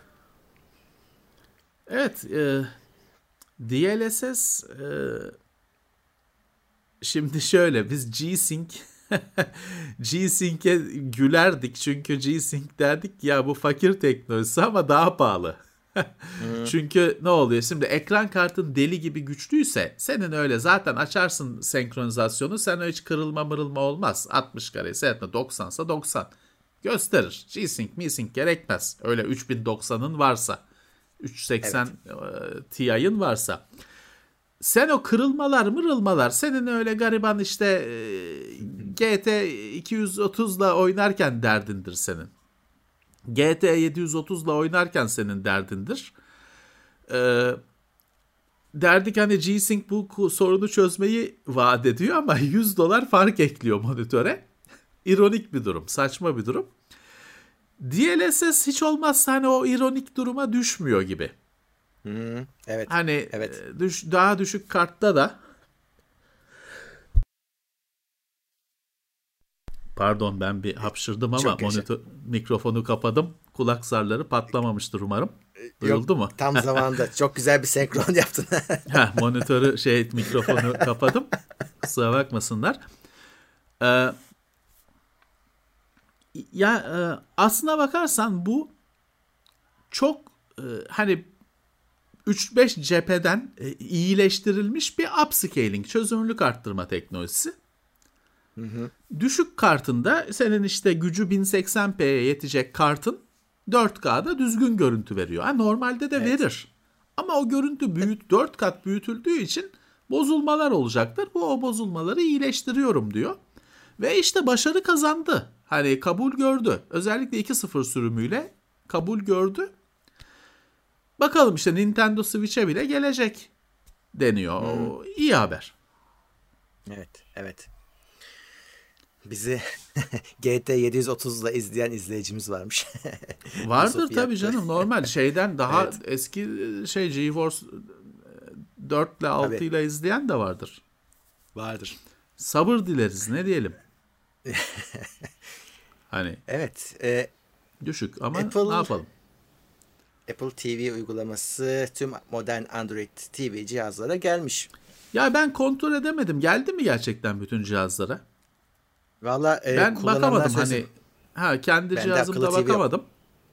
Evet. DLSS şimdi şöyle, biz G-Sync'e gülerdik çünkü G-Sync derdik ya bu fakir teknolojisi ama daha pahalı. Çünkü ne oluyor şimdi, ekran kartın deli gibi güçlüyse senin öyle zaten açarsın senkronizasyonu, sen hiç kırılma olmaz. 60 kareyse 90'sa 90 gösterir. G-Sync Mi-Sync gerekmez öyle 3090'ın varsa, 380 Ti'nin varsa. Sen o kırılmalar senin öyle gariban işte GT 230'la oynarken derdindir senin. GT 730'la oynarken senin derdindir. Derdik hani G-Sync bu sorunu çözmeyi vaat ediyor ama $100 fark ekliyor monitöre. İronik bir durum, saçma bir durum. DLSS hiç olmazsa hani o ironik duruma düşmüyor gibi. Evet. Hani daha düşük kartta da, pardon ben bir hapşırdım ama mikrofonu kapadım. Kulak zarları patlamamıştır umarım. Duyuldu mu? Tam zamanında. Çok güzel bir senkron yaptın. Mikrofonu kapadım. Kusura bakmasınlar. Aslına bakarsan bu çok hani 3-5 cepheden iyileştirilmiş bir upscaling, çözünürlük arttırma teknolojisi. Düşük kartında senin işte gücü 1080p'ye yetecek kartın 4K'da düzgün görüntü veriyor. Normalde de verir. Ama o görüntü 4 kat büyütüldüğü için bozulmalar olacaktır. Bu o bozulmaları iyileştiriyorum diyor. Ve işte başarı kazandı. Hani kabul gördü. Özellikle 2.0 sürümüyle kabul gördü. Bakalım işte Nintendo Switch'e bile gelecek deniyor. İyi haber. Evet. Bizi GT 730'la izleyen izleyicimiz varmış. Vardır tabii canım, normal. Şeyden daha eski GeForce 4 ile 6 ile izleyen de vardır. Vardır. Sabır dileriz, ne diyelim. Hani. Evet. Düşük ama ne yapalım? Apple TV uygulaması tüm modern Android TV cihazlara gelmiş. Ya ben kontrol edemedim. Geldi mi gerçekten bütün cihazlara? Valla ben bakamadım kendi cihazımda bakamadım.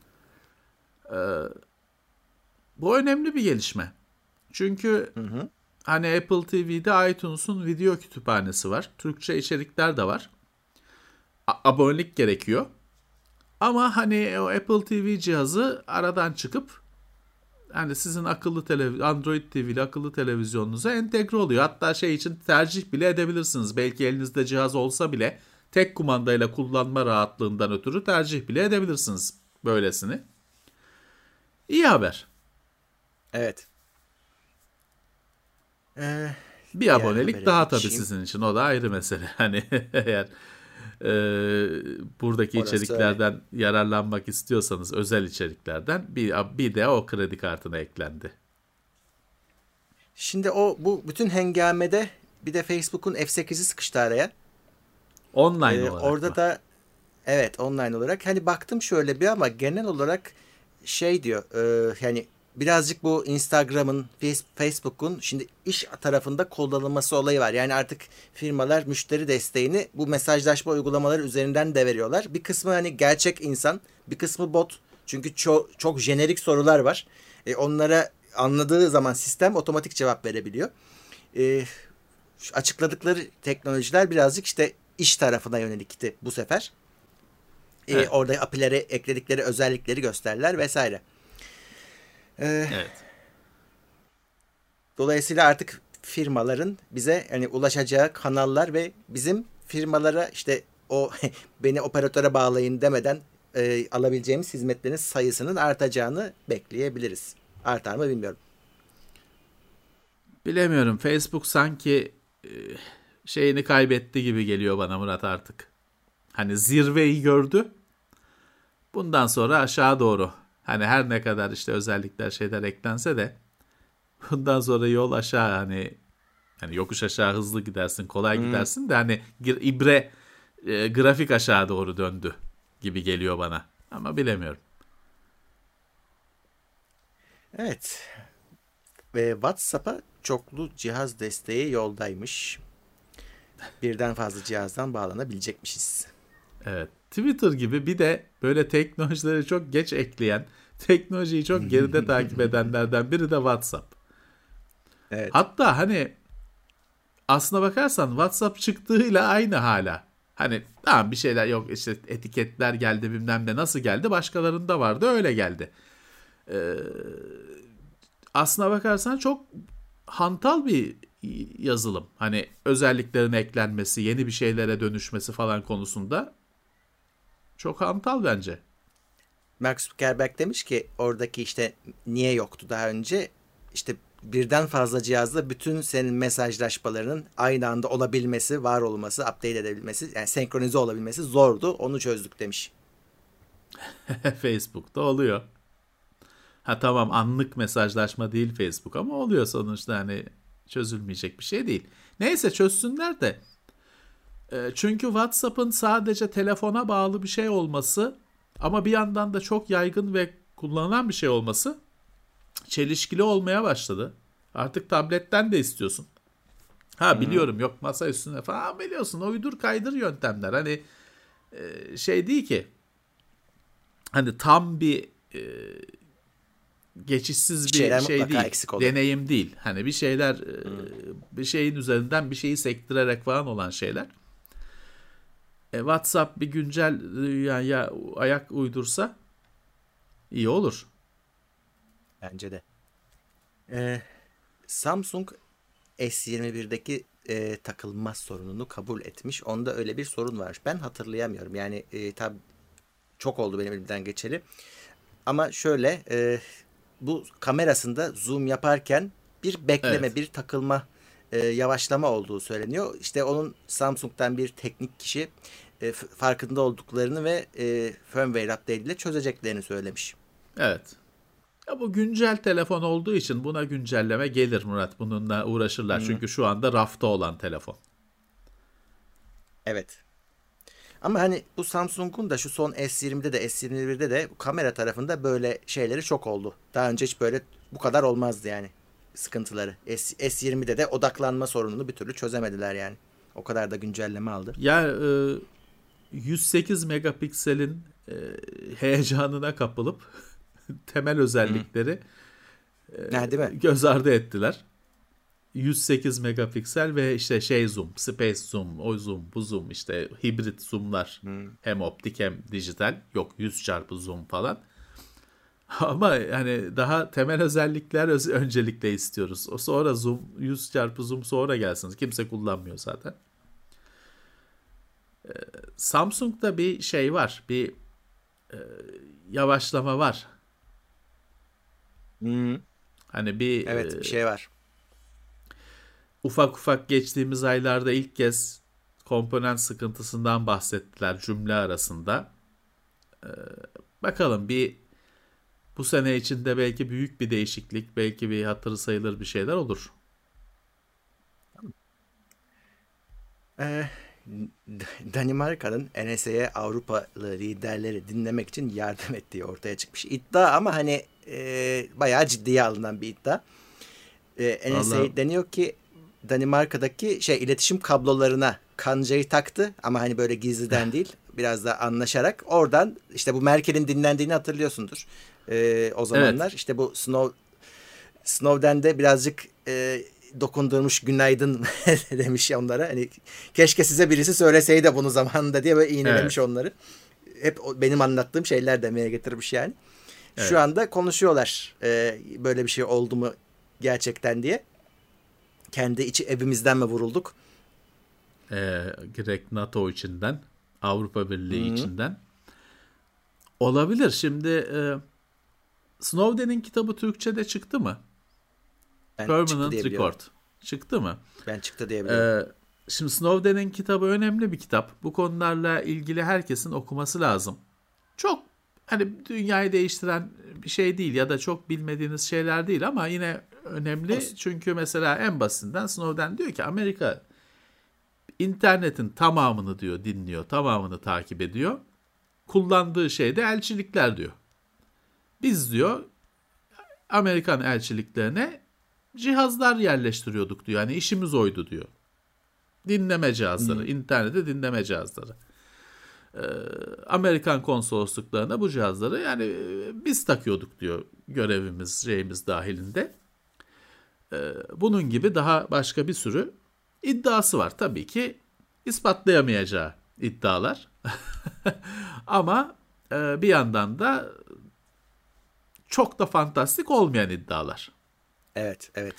Bu önemli bir gelişme. Çünkü hani Apple TV'de iTunes'un video kütüphanesi var. Türkçe içerikler de var. Abonelik gerekiyor. Ama hani o Apple TV cihazı aradan çıkıp hani sizin Android TV'li akıllı televizyonunuza entegre oluyor. Hatta için tercih bile edebilirsiniz. Belki elinizde cihaz olsa bile tek kumandayla kullanma rahatlığından ötürü tercih bile edebilirsiniz böylesini. İyi haber. Evet. Bir abonelik daha tabii sizin için. O da ayrı mesele. Hani eğer buradaki içeriklerden yararlanmak istiyorsanız, özel içeriklerden bir de o kredi kartına eklendi. Şimdi bu bütün hengamede bir de Facebook'un F8'i sıkıştı araya. Online olarak Orada mı? da evet, online olarak hani baktım şöyle bir, ama genel olarak şey diyor, yani birazcık bu Instagram'ın, Facebook'un şimdi iş tarafında kullanılması olayı var. Yani artık firmalar müşteri desteğini bu mesajlaşma uygulamaları üzerinden de veriyorlar. Bir kısmı hani gerçek insan, bir kısmı bot. Çünkü çok jenerik sorular var. Onlara anladığı zaman sistem otomatik cevap verebiliyor. E, Açıkladıkları teknolojiler birazcık işte iş tarafına yönelikti bu sefer. Evet. Orada API'lere ekledikleri özellikleri gösterler vesaire. Evet. Dolayısıyla artık firmaların bize hani ulaşacağı kanallar ve bizim firmalara işte o beni operatöre bağlayın demeden alabileceğimiz hizmetlerin sayısının artacağını bekleyebiliriz. Artar mı bilmiyorum. Bilemiyorum. Facebook sanki şeyini kaybetti gibi geliyor bana Murat artık. Hani zirveyi gördü. Bundan sonra aşağı doğru. Hani her ne kadar işte özellikler şeyler eklense de bundan sonra yol aşağı, hani yokuş aşağı hızlı gidersin, kolay gidersin de hani grafik aşağı doğru döndü gibi geliyor bana. Ama bilemiyorum. Evet. Ve WhatsApp'a çoklu cihaz desteği yoldaymış. Birden fazla cihazdan bağlanabilecekmişiz. Evet. Twitter gibi bir de böyle teknolojileri çok geç ekleyen, teknolojiyi çok geride takip edenlerden biri de WhatsApp. Evet. Hatta hani aslına bakarsan WhatsApp çıktığıyla aynı hala. Hani tamam bir şeyler yok, işte etiketler geldi bilmem ne, nasıl geldi, başkalarında vardı öyle geldi. Aslına bakarsan çok hantal bir yazılım. Hani özelliklerin eklenmesi, yeni bir şeylere dönüşmesi falan konusunda çok hantal bence. Mark Zuckerberg demiş ki oradaki işte niye yoktu daha önce? İşte birden fazla cihazla bütün senin mesajlaşmalarının aynı anda olabilmesi, var olması, update edebilmesi, yani senkronize olabilmesi zordu. Onu çözdük demiş. Facebook'ta oluyor. Ha tamam, anlık mesajlaşma değil Facebook ama oluyor sonuçta, hani çözülmeyecek bir şey değil. Neyse, çözsünler de. Çünkü WhatsApp'ın sadece telefona bağlı bir şey olması ama bir yandan da çok yaygın ve kullanılan bir şey olması çelişkili olmaya başladı. Artık tabletten de istiyorsun. Ha biliyorum, yok masa üstüne falan, biliyorsun, uydur kaydır yöntemler. Hani şey değil ki, hani tam bir geçişsiz Bir bir şeyler şey mutlaka değil. eksik oluyor. Deneyim değil. Hani bir şeyler bir şeyin üzerinden bir şeyi sektirerek falan olan şeyler. WhatsApp bir güncel ya ayak uydursa iyi olur. Bence de. Samsung S21'deki takılma sorununu kabul etmiş. Onda öyle bir sorun var. Ben hatırlayamıyorum. Yani tabii çok oldu benim elimden geçeli. Ama şöyle, bu kamerasında zoom yaparken bir bekleme, Evet. bir takılma, yavaşlama olduğu söyleniyor. İşte onun Samsung'dan bir teknik kişi farkında olduklarını ve firmware update ile çözeceklerini söylemiş. Evet. Ya bu güncel telefon olduğu için buna güncelleme gelir Murat. Bununla uğraşırlar. Hı, Çünkü şu anda rafta olan telefon. evet. Ama hani bu Samsung'un da şu son S20'de de S21'de de kamera tarafında böyle şeyleri çok oldu. Daha önce hiç böyle bu kadar olmazdı yani, sıkıntıları. S20'de de odaklanma sorununu bir türlü çözemediler yani. O kadar da güncelleme aldı. Ya 108 megapikselin heyecanına kapılıp temel Hı. özellikleri Ne, değil mi? göz ardı ettiler. 108 megapiksel ve işte şey zoom, space zoom, o zoom, bu zoom, işte hibrit zoomlar. Hı. Hem optik hem dijital. Yok 100 çarpı zoom falan. Ama yani daha temel özellikler öncelikle istiyoruz. O sonra zoom, 100 çarpı zoom sonra gelsin. Kimse kullanmıyor zaten. Samsung'da bir şey var. Bir yavaşlama var. Hı. Hani bir Evet, bir şey var. ufak ufak geçtiğimiz aylarda ilk kez komponent sıkıntısından bahsettiler cümle arasında. Bakalım, bu sene içinde belki büyük bir değişiklik, belki bir hatırı sayılır bir şeyler olur. Ee, Danimarka'nın NSA'ya Avrupalı liderleri dinlemek için yardım ettiği ortaya çıkmış iddia ama hani bayağı ciddiye alınan bir iddia. NSA deniyor ki Danimarka'daki iletişim kablolarına kancayı taktı ama hani böyle gizliden değil, biraz da anlaşarak oradan işte bu Merkel'in dinlendiğini hatırlıyorsundur. O zamanlar evet. İşte bu Snowden de birazcık dokundurmuş, günaydın demiş onlara. Hani keşke size birisi söyleseydi bunu zamanında diye böyle iğnelemiş evet. Onları. Hep benim anlattığım şeyler demeye getirmiş yani. Evet. Şu anda konuşuyorlar böyle bir şey oldu mu gerçekten diye. Kendi içi evimizden mi vurulduk? Gerek NATO içinden, Avrupa Birliği içinden. Olabilir. Şimdi Snowden'in kitabı Türkçe'de çıktı mı? Permanent Record. Çıktı mı? Ben çıktı diyebilirim. Şimdi Snowden'in kitabı önemli bir kitap. Bu konularla ilgili herkesin okuması lazım. Çok hani dünyayı değiştiren bir şey değil ya da çok bilmediğiniz şeyler değil ama yine önemli. Olsun. Çünkü mesela en basitinden Snowden diyor ki Amerika internetin tamamını diyor dinliyor, tamamını takip ediyor. Kullandığı şey de elçilikler diyor. Biz diyor Amerikan elçiliklerine cihazlar yerleştiriyorduk diyor. Yani işimiz oydu diyor. Dinleme cihazları, internette dinleme cihazları. Amerikan konsolosluklarına bu cihazları yani biz takıyorduk diyor, görevimiz, şeyimiz dahilinde. Bunun gibi daha başka bir sürü iddiası var. Tabii ki ispatlayamayacağı iddialar. Ama bir yandan da çok da fantastik olmayan iddialar. Evet, evet.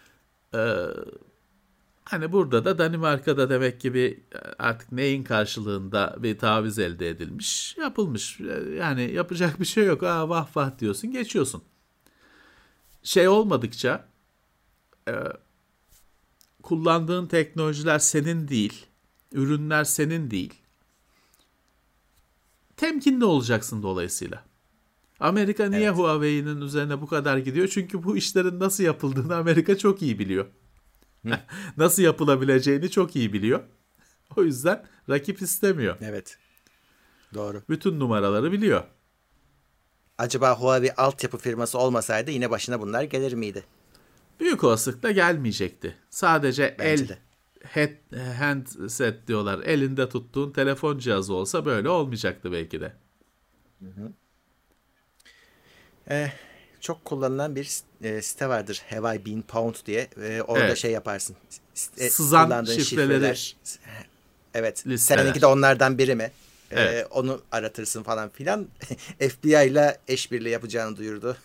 Hani burada da Danimarka'da demek ki artık neyin karşılığında bir taviz elde edilmiş, yapılmış. Yani yapacak bir şey yok. Vah vah diyorsun, geçiyorsun. Şey olmadıkça kullandığın teknolojiler senin değil, ürünler senin değil. Temkinli olacaksın dolayısıyla. Amerika niye evet. Huawei'nin üzerine bu kadar gidiyor? Çünkü bu işlerin nasıl yapıldığını Amerika çok iyi biliyor. Nasıl yapılabileceğini çok iyi biliyor. O yüzden rakip istemiyor. Evet. Doğru. Bütün numaraları biliyor. Acaba Huawei altyapı firması olmasaydı yine başına bunlar gelir miydi? Büyük olasılıkla gelmeyecekti. Sadece handset diyorlar. Elinde tuttuğun telefon cihazı olsa böyle olmayacaktı belki de. Çok kullanılan bir site vardır. Have I Been Pwned diye. Orada evet. Şey yaparsın. Sızan şifreleri. Evet. Seninki de onlardan biri mi? Evet. Onu aratırsın falan filan. FBI ile işbirliği yapacağını duyurdu.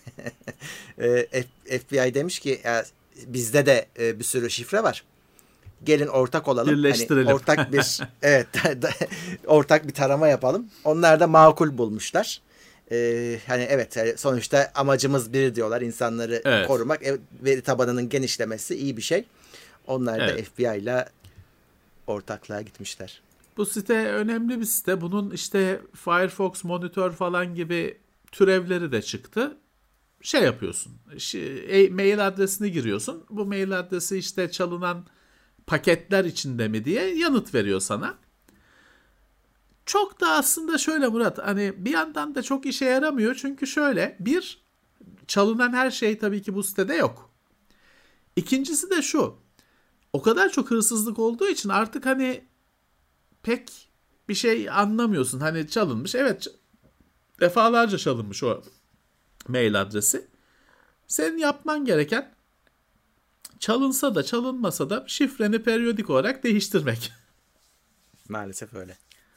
FBI demiş ki bizde de bir sürü şifre var. Gelin ortak olalım. Birleştirelim. Hani ortak bir evet ortak bir tarama yapalım. Onlar da makul bulmuşlar. Hani evet sonuçta amacımız bir diyorlar, insanları evet. korumak, veri tabanının genişlemesi iyi bir şey. Onlar da evet. FBI ile ortaklığa gitmişler. Bu site önemli bir site. Bunun işte Firefox monitör falan gibi türevleri de çıktı. Şey yapıyorsun. Mail adresini giriyorsun. Bu mail adresi işte çalınan paketler içinde mi diye yanıt veriyor sana. Çok da aslında şöyle Murat, hani bir yandan da çok işe yaramıyor. Çünkü şöyle, çalınan her şey tabii ki bu sitede yok. İkincisi de şu, o kadar çok hırsızlık olduğu için artık hani pek bir şey anlamıyorsun. Hani çalınmış, evet defalarca çalınmış o mail adresi. Senin yapman gereken çalınsa da çalınmasa da şifreni periyodik olarak değiştirmek. Maalesef öyle.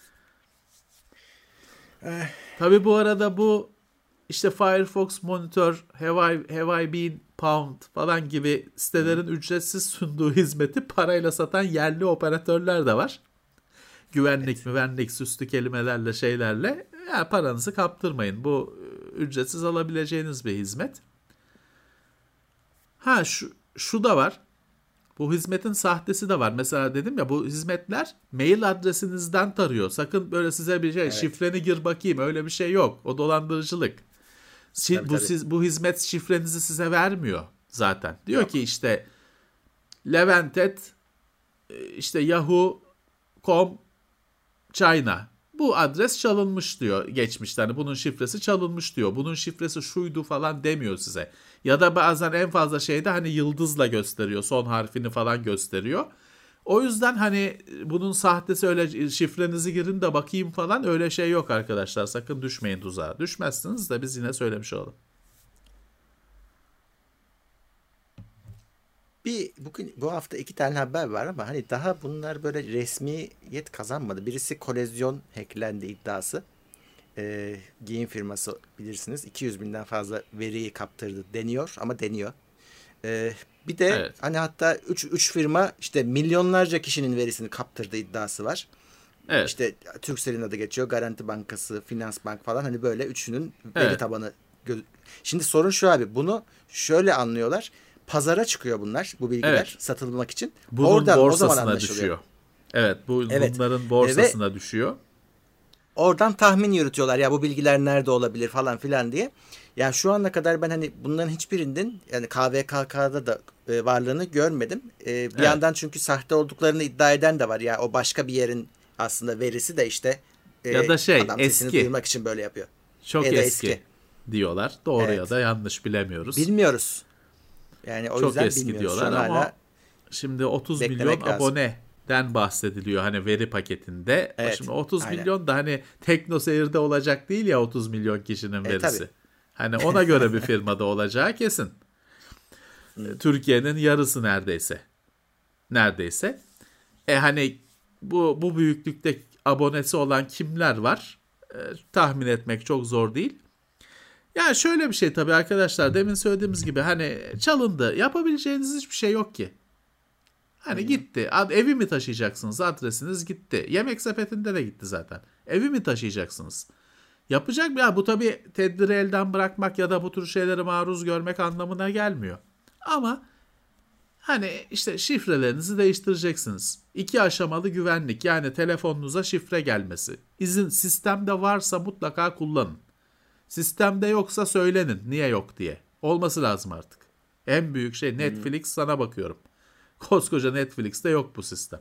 Tabii bu arada bu işte Firefox Monitor, Have I Been Pwned falan gibi sitelerin ücretsiz sunduğu hizmeti parayla satan yerli operatörler de var. Güvenlik, süslü kelimelerle şeylerle paranızı kaptırmayın. Bu ücretsiz alabileceğiniz bir hizmet. Şu da var. Bu hizmetin sahtesi de var. Mesela dedim ya, bu hizmetler mail adresinizden tarıyor. Sakın böyle size bir evet. Şifreni gir bakayım, öyle bir şey yok. O dolandırıcılık. Tabii. Bu hizmet şifrenizi size vermiyor zaten. Diyor yok. Ki işte Leventet işte Yahoo com China. Bu adres çalınmış diyor geçmişte. Hani bunun şifresi çalınmış diyor. Bunun şifresi şuydu falan demiyor size. Ya da bazen en fazla şeyde hani yıldızla gösteriyor. Son harfini falan gösteriyor. O yüzden hani bunun sahtesi öyle şifrenizi girin de bakayım falan öyle şey yok arkadaşlar. Sakın düşmeyin tuzağa. Düşmezsiniz de biz yine söylemiş olalım. Bu hafta 2 tane haber var ama hani daha bunlar böyle resmiyet kazanmadı. Birisi kolezyon hacklendi iddiası. Giyim firması bilirsiniz 200 binden fazla veriyi kaptırdı deniyor ama deniyor. Bir de evet. Hani hatta 3 firma işte milyonlarca kişinin verisini kaptırdığı iddiası var. Evet. İşte Turkcell'in adı geçiyor. Garanti Bankası, Finansbank falan hani böyle üçünün veri tabanı. Şimdi sorun şu abi, bunu şöyle anlıyorlar. Pazara çıkıyor bunlar, bu bilgiler satılmak için. Bunun oradan borsasına düşüyor. Evet, bunların borsasına düşüyor. Oradan tahmin yürütüyorlar ya bu bilgiler nerede olabilir falan filan diye. Yani şu ana kadar ben hani bunların hiçbirinin yani KVKK'da da varlığını görmedim. Bir yandan çünkü sahte olduklarını iddia eden de var. Ya o başka bir yerin aslında verisi de işte ya da adam sesini duyurmak için böyle yapıyor. Çok eski diyorlar. Doğru ya da yanlış bilemiyoruz. Bilmiyoruz. Yani o çok yüzden eski diyorlar ama şimdi 30 milyon aboneden bahsediliyor hani veri paketinde. Şimdi 30 milyon da hani TeknoSeyir'de olacak değil ya 30 milyon kişinin verisi. Tabii. Hani ona göre bir firmada olacağı kesin. Türkiye'nin yarısı neredeyse. Hani bu büyüklükte abonesi olan kimler var? Tahmin etmek çok zor değil. Yani şöyle bir şey tabii arkadaşlar, demin söylediğimiz gibi hani çalındı. Yapabileceğiniz hiçbir şey yok ki. Hani gitti. Evi mi taşıyacaksınız? Adresiniz gitti. Yemek sepetinde de gitti zaten. Evi mi taşıyacaksınız? Yapacak mı? Ya bu tabii tedbiri elden bırakmak ya da bu tür şeylere maruz görmek anlamına gelmiyor. Ama hani işte şifrelerinizi değiştireceksiniz. 2 aşamalı güvenlik, yani telefonunuza şifre gelmesi. Sistemde varsa mutlaka kullanın. Sistemde yoksa söylenin niye yok diye. Olması lazım artık. En büyük şey Netflix, sana bakıyorum. Koskoca Netflix'te yok bu sistem.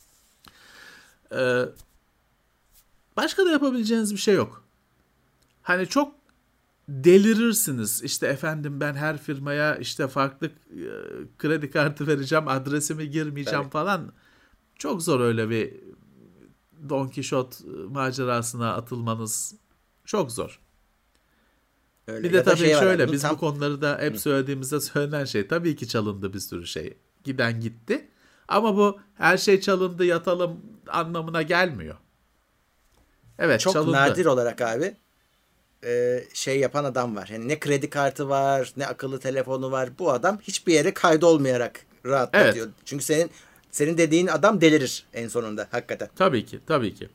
Başka da yapabileceğiniz bir şey yok. Hani çok delirirsiniz. İşte efendim ben her firmaya işte farklı kredi kartı vereceğim, adresimi girmeyeceğim falan. Çok zor öyle bir Don Kişot macerasına atılmanız. Çok zor. Öyle. Bir de tabii şöyle biz bu konuları da hep söylediğimizde söylenen şey, tabii ki çalındı bir sürü şey. Giden gitti. Ama bu her şey çalındı yatalım anlamına gelmiyor. Evet, çok çalındı. Nadir olarak abi şey yapan adam var. Yani ne kredi kartı var, ne akıllı telefonu var. Bu adam hiçbir yere kaydolmayarak rahatlatıyor. Evet. Çünkü senin dediğin adam delirir en sonunda hakikaten. Tabii ki.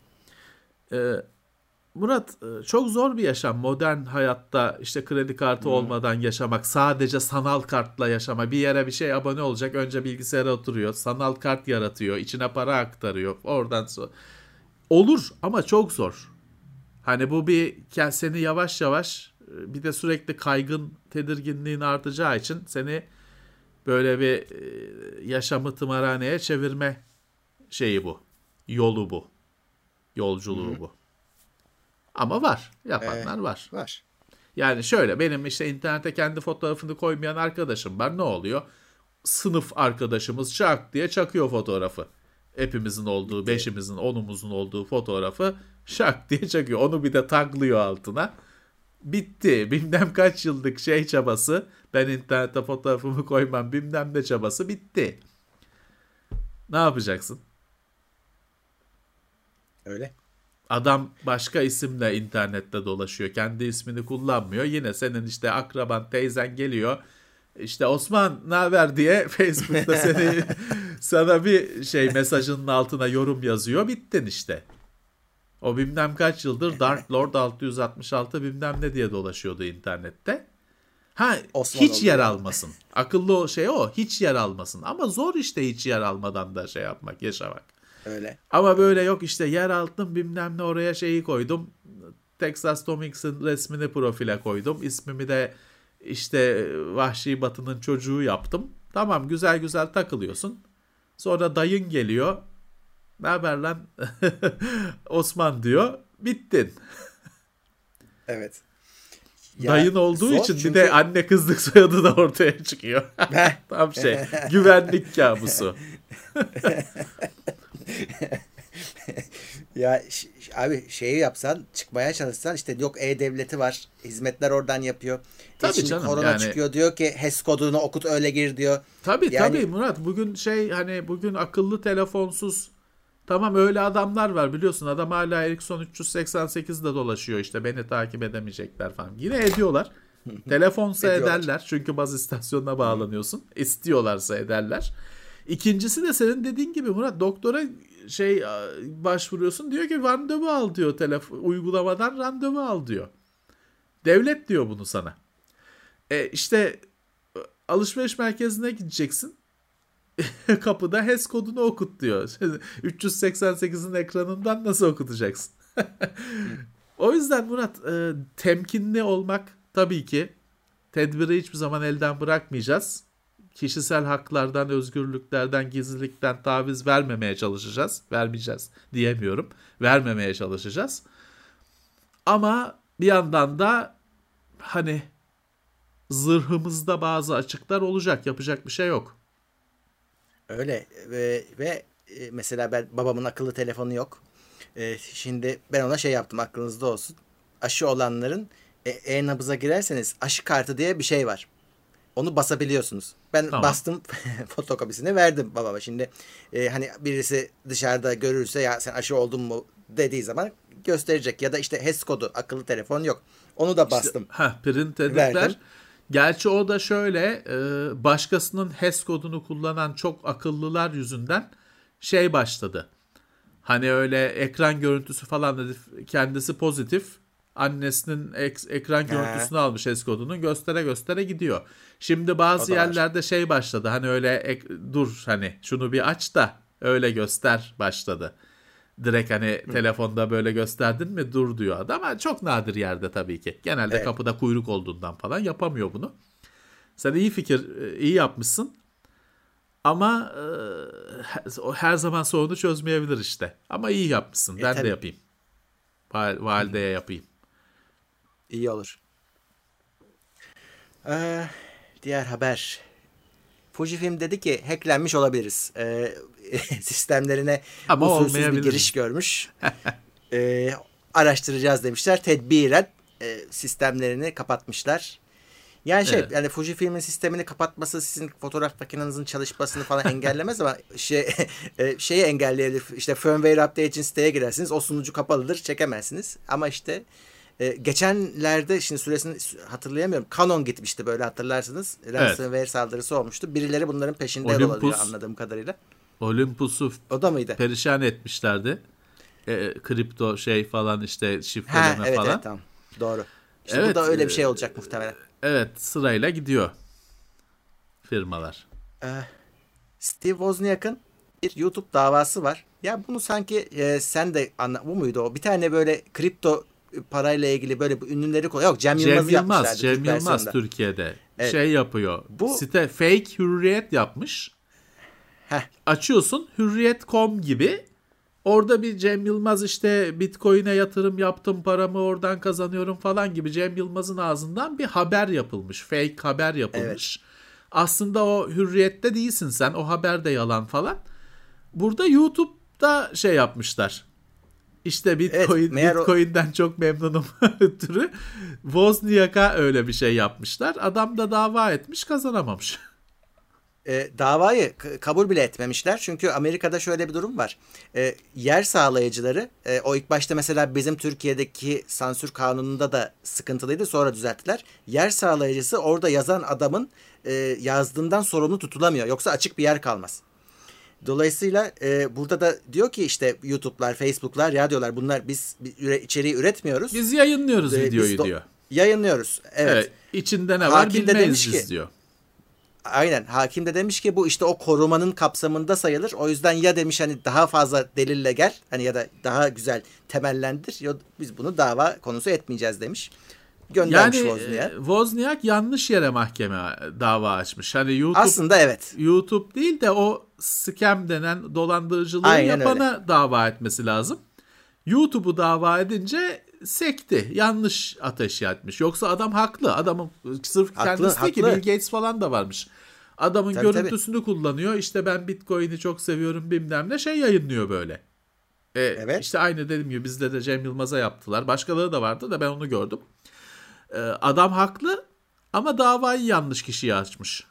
Murat, çok zor bir yaşam modern hayatta, işte kredi kartı olmadan yaşamak, sadece sanal kartla yaşama. Bir yere bir şey abone olacak, önce bilgisayara oturuyor, sanal kart yaratıyor, içine para aktarıyor, oradan sonra. Olur ama çok zor. Hani bu seni yavaş yavaş, bir de sürekli kaygın, tedirginliğin artacağı için seni böyle bir yaşamı tımarhaneye çevirme şeyi bu. Yolu bu. Yolculuğu bu. Ama var. Yapanlar var. Var. Yani şöyle, benim işte internete kendi fotoğrafını koymayan arkadaşım var. Ne oluyor? Sınıf arkadaşımız şak diye çakıyor fotoğrafı. Hepimizin olduğu, 5'imizin, 10'umuzun olduğu fotoğrafı şak diye çakıyor. Onu bir de taglıyor altına. Bitti. Bilmem kaç yıllık çabası. Ben internete fotoğrafımı koymam bilmem ne çabası bitti. Ne yapacaksın? Öyle. Adam başka isimle internette dolaşıyor. Kendi ismini kullanmıyor. Yine senin işte akraban, teyzen geliyor. İşte Osman ne haber diye Facebook'ta sana bir mesajının altına yorum yazıyor. Bittin işte. O bilmem kaç yıldır Dark Lord 666 bilmem ne diye dolaşıyordu internette. Hiç yer almasın. Akıllı o hiç yer almasın. Ama zor işte hiç yer almadan da yapmak, yaşamak. Öyle. Ama böyle yok işte yer altın bilmem ne, oraya koydum. Texas Tomics'in resmini profile koydum. İsmimi de işte Vahşi Batı'nın çocuğu yaptım. Tamam, güzel güzel takılıyorsun. Sonra dayın geliyor. Ne haber lan Osman diyor. Bittin. Evet. Dayın olduğu için çünkü... bir de anne kızlık soyadı da ortaya çıkıyor. Tam güvenlik kabusu. Ya abi şeyi yapsan, çıkmaya çalışsan, işte yok E-Devleti var. Hizmetler oradan yapıyor. Tabii şimdi canım, korona yani... çıkıyor, diyor ki HES kodunu okut öyle gir diyor. Tabii Murat, bugün hani bugün akıllı telefonsuz, tamam öyle adamlar var biliyorsun, adam hala Ericsson 388'de dolaşıyor, işte beni takip edemeyecekler falan. Yine ediyorlar. Telefonsa ederler çünkü baz istasyonuna bağlanıyorsun. İstiyorlarsa ederler. İkincisi de senin dediğin gibi Murat, doktora başvuruyorsun, diyor ki randevu al diyor, uygulamadan randevu al diyor. Devlet diyor bunu sana. İşte alışveriş merkezine gideceksin. Kapıda HES kodunu okut diyor. 388'in ekranından nasıl okutacaksın? O yüzden Murat, temkinli olmak tabii ki, tedbiri hiçbir zaman elden bırakmayacağız. Kişisel haklardan, özgürlüklerden, gizlilikten taviz vermemeye çalışacağız. Vermeyeceğiz diyemiyorum. Vermemeye çalışacağız. Ama bir yandan da hani zırhımızda bazı açıklar olacak. Yapacak bir şey yok. Öyle ve mesela babamın akıllı telefonu yok. Şimdi ben ona yaptım, aklınızda olsun. Aşı olanların e-nabıza girerseniz aşı kartı diye bir şey var. Onu basabiliyorsunuz. Ben bastım, fotokopisini verdim babama. Şimdi hani birisi dışarıda görürse ya sen aşı oldun mu dediği zaman gösterecek. Ya da işte HES kodu, akıllı telefon yok. Onu da bastım. Print editler. Gerçi o da şöyle, başkasının HES kodunu kullanan çok akıllılar yüzünden başladı. Hani öyle ekran görüntüsü falan dedi, kendisi pozitif. Annesinin ekran görüntüsünü almış HES kodunun, göstere gidiyor. Şimdi bazı yerlerde başladı. Hani öyle dur hani şunu bir aç da öyle göster başladı. Direkt hani telefonda böyle gösterdin mi dur diyor adam, ama çok nadir yerde tabii ki. Genelde kapıda kuyruk olduğundan falan yapamıyor bunu. Sen iyi yapmışsın. Ama her zaman sorunu çözmeyebilir işte. Ama iyi yapmışsın. Ben de yapayım. Valideye yapayım. İyi olur. Diğer haber. Fujifilm dedi ki hacklenmiş olabiliriz. Sistemlerine usulsüz bir giriş görmüş. Araştıracağız demişler. Tedbiren sistemlerini kapatmışlar. Yani yani Fujifilm'in sistemini kapatması sizin fotoğraf makinenizin çalışmasını falan engellemez ama şeyi engelleyebilir. İşte firmware update için siteye girersiniz. O sunucu kapalıdır, çekemezsiniz. Ama işte geçenlerde, şimdi süresini hatırlayamıyorum, Canon gitmişti böyle, hatırlarsınız. Ransomware saldırısı olmuştu. Birileri bunların peşinde dolanıyor anladığım kadarıyla. Olympus'u o da mıydı? Perişan etmişlerdi. Kripto falan işte şifreleme falan. Evet tamam. Doğru. İşte bu da öyle bir şey olacak muhtemelen. Evet, sırayla gidiyor firmalar. Steve Wozniak'ın bir YouTube davası var. Ya bunu sanki sen de bu muydu o? Bir tane böyle kripto parayla ilgili böyle bu ünlüleri yok, Cem Yılmaz'ı yapmışlardı. Cem Yılmaz Türkiye'de yapıyor. Bu site fake Hürriyet yapmış. Açıyorsun, Hürriyet.com gibi. Orada bir Cem Yılmaz işte Bitcoin'e yatırım yaptım, paramı oradan kazanıyorum falan gibi Cem Yılmaz'ın ağzından bir haber yapılmış. Fake haber yapılmış. Evet. Aslında o Hürriyet'te değilsin sen. O haber de yalan falan. Burada YouTube'da yapmışlar. İşte Bitcoin'den çok memnunum türü. Wozniak'a öyle bir şey yapmışlar. Adam da dava etmiş, kazanamamış. Davayı kabul bile etmemişler. Çünkü Amerika'da şöyle bir durum var. Yer sağlayıcıları, o ilk başta mesela bizim Türkiye'deki sansür kanununda da sıkıntılıydı. Sonra düzelttiler. Yer sağlayıcısı orada yazan adamın yazdığından sorumlu tutulamıyor. Yoksa açık bir yer kalmaz. Dolayısıyla burada da diyor ki işte YouTube'lar, Facebook'lar, radyolar, bunlar biz içeriği üretmiyoruz. Biz yayınlıyoruz videoyu diyor. Yayınlıyoruz. Evet. İçinde ne var bilmeyiz biz diyor. Aynen. Hakim de demiş ki bu işte o korumanın kapsamında sayılır. O yüzden ya demiş hani daha fazla delille gel, hani ya da daha güzel temellendir. Ya biz bunu dava konusu etmeyeceğiz demiş. göndermiş Yani Wozniak. Wozniak yanlış yere mahkeme dava açmış. Hani Aslında evet. YouTube değil de o scam denen dolandırıcılığı Aynen yapana dava etmesi lazım. YouTube'u dava edince sekti. Yanlış ateş yakmış. Yoksa adam haklı. Adamın sırf kendisi değil ki, Bill Gates falan da varmış. Adamın görüntüsünü kullanıyor. İşte ben Bitcoin'i çok seviyorum bilmem ne yayınlıyor böyle. Evet. İşte aynı dediğim gibi bizde de Cem Yılmaz'a yaptılar. Başkaları da vardı da ben onu gördüm. Adam haklı ama davayı yanlış kişiye açmış.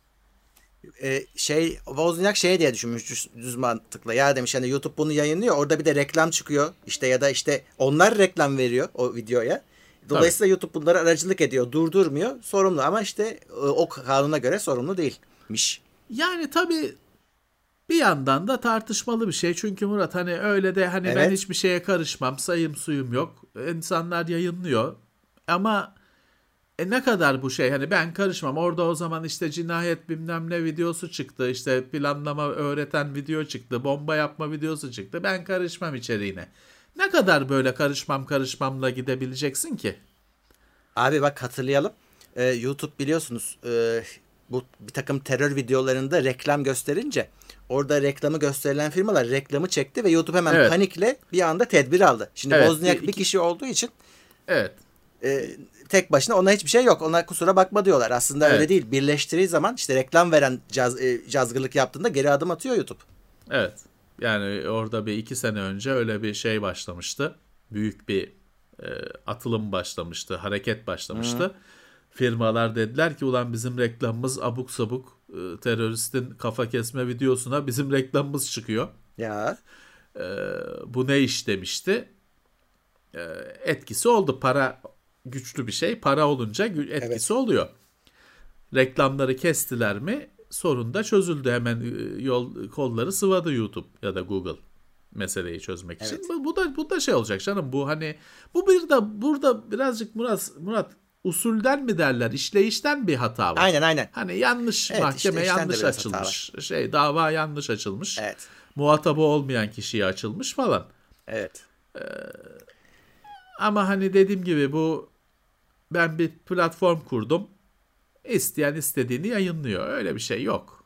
Wozniak diye düşünmüş düz mantıkla. Ya demiş hani YouTube bunu yayınlıyor. Orada bir de reklam çıkıyor. İşte ya da işte onlar reklam veriyor o videoya. Dolayısıyla tabii, YouTube bunlara aracılık ediyor. Durdurmuyor. Sorumlu ama işte o kanuna göre sorumlu değilmiş. Yani tabii bir yandan da tartışmalı bir şey. Çünkü Murat hani öyle de hani ben hiçbir şeye karışmam. Sayım suyum yok. İnsanlar yayınlıyor. Ama ne kadar bu şey hani ben karışmam. Orada o zaman işte cinayet bilmem ne videosu çıktı. İşte planlama öğreten video çıktı. Bomba yapma videosu çıktı. Ben karışmam içeriğine. Ne kadar böyle karışmamla gidebileceksin ki? Abi bak hatırlayalım. YouTube biliyorsunuz bu bir takım terör videolarında reklam gösterince orada reklamı gösterilen firmalar reklamı çekti ve YouTube hemen panikle bir anda tedbir aldı. Şimdi Wozniak bir kişi olduğu için tek başına ona hiçbir şey yok. Ona kusura bakma diyorlar. Aslında öyle değil. Birleştirdiği zaman işte reklam veren cazgırlık yaptığında geri adım atıyor YouTube. Evet. Yani orada bir 2 sene önce öyle bir şey başlamıştı. Büyük bir atılım başlamıştı. Hareket başlamıştı. Firmalar dediler ki ulan bizim reklamımız abuk sabuk teröristin kafa kesme videosuna bizim reklamımız çıkıyor. Ya. Bu ne iş demişti. Etkisi oldu. Para güçlü bir şey. Para olunca etkisi oluyor. Reklamları kestiler mi sorun da çözüldü. Hemen kolları sıvadı YouTube ya da Google meseleyi çözmek için. Bu da şey olacak canım. Bu hani burada birazcık Murat usulden mi derler? İşleyişten bir hata var. Aynen. Hani yanlış mahkeme yanlış açılmış. Dava yanlış açılmış. Evet. Muhatabı olmayan kişiye açılmış falan. Evet. Ama hani dediğim gibi ben bir platform kurdum. İsteyen istediğini yayınlıyor. Öyle bir şey yok.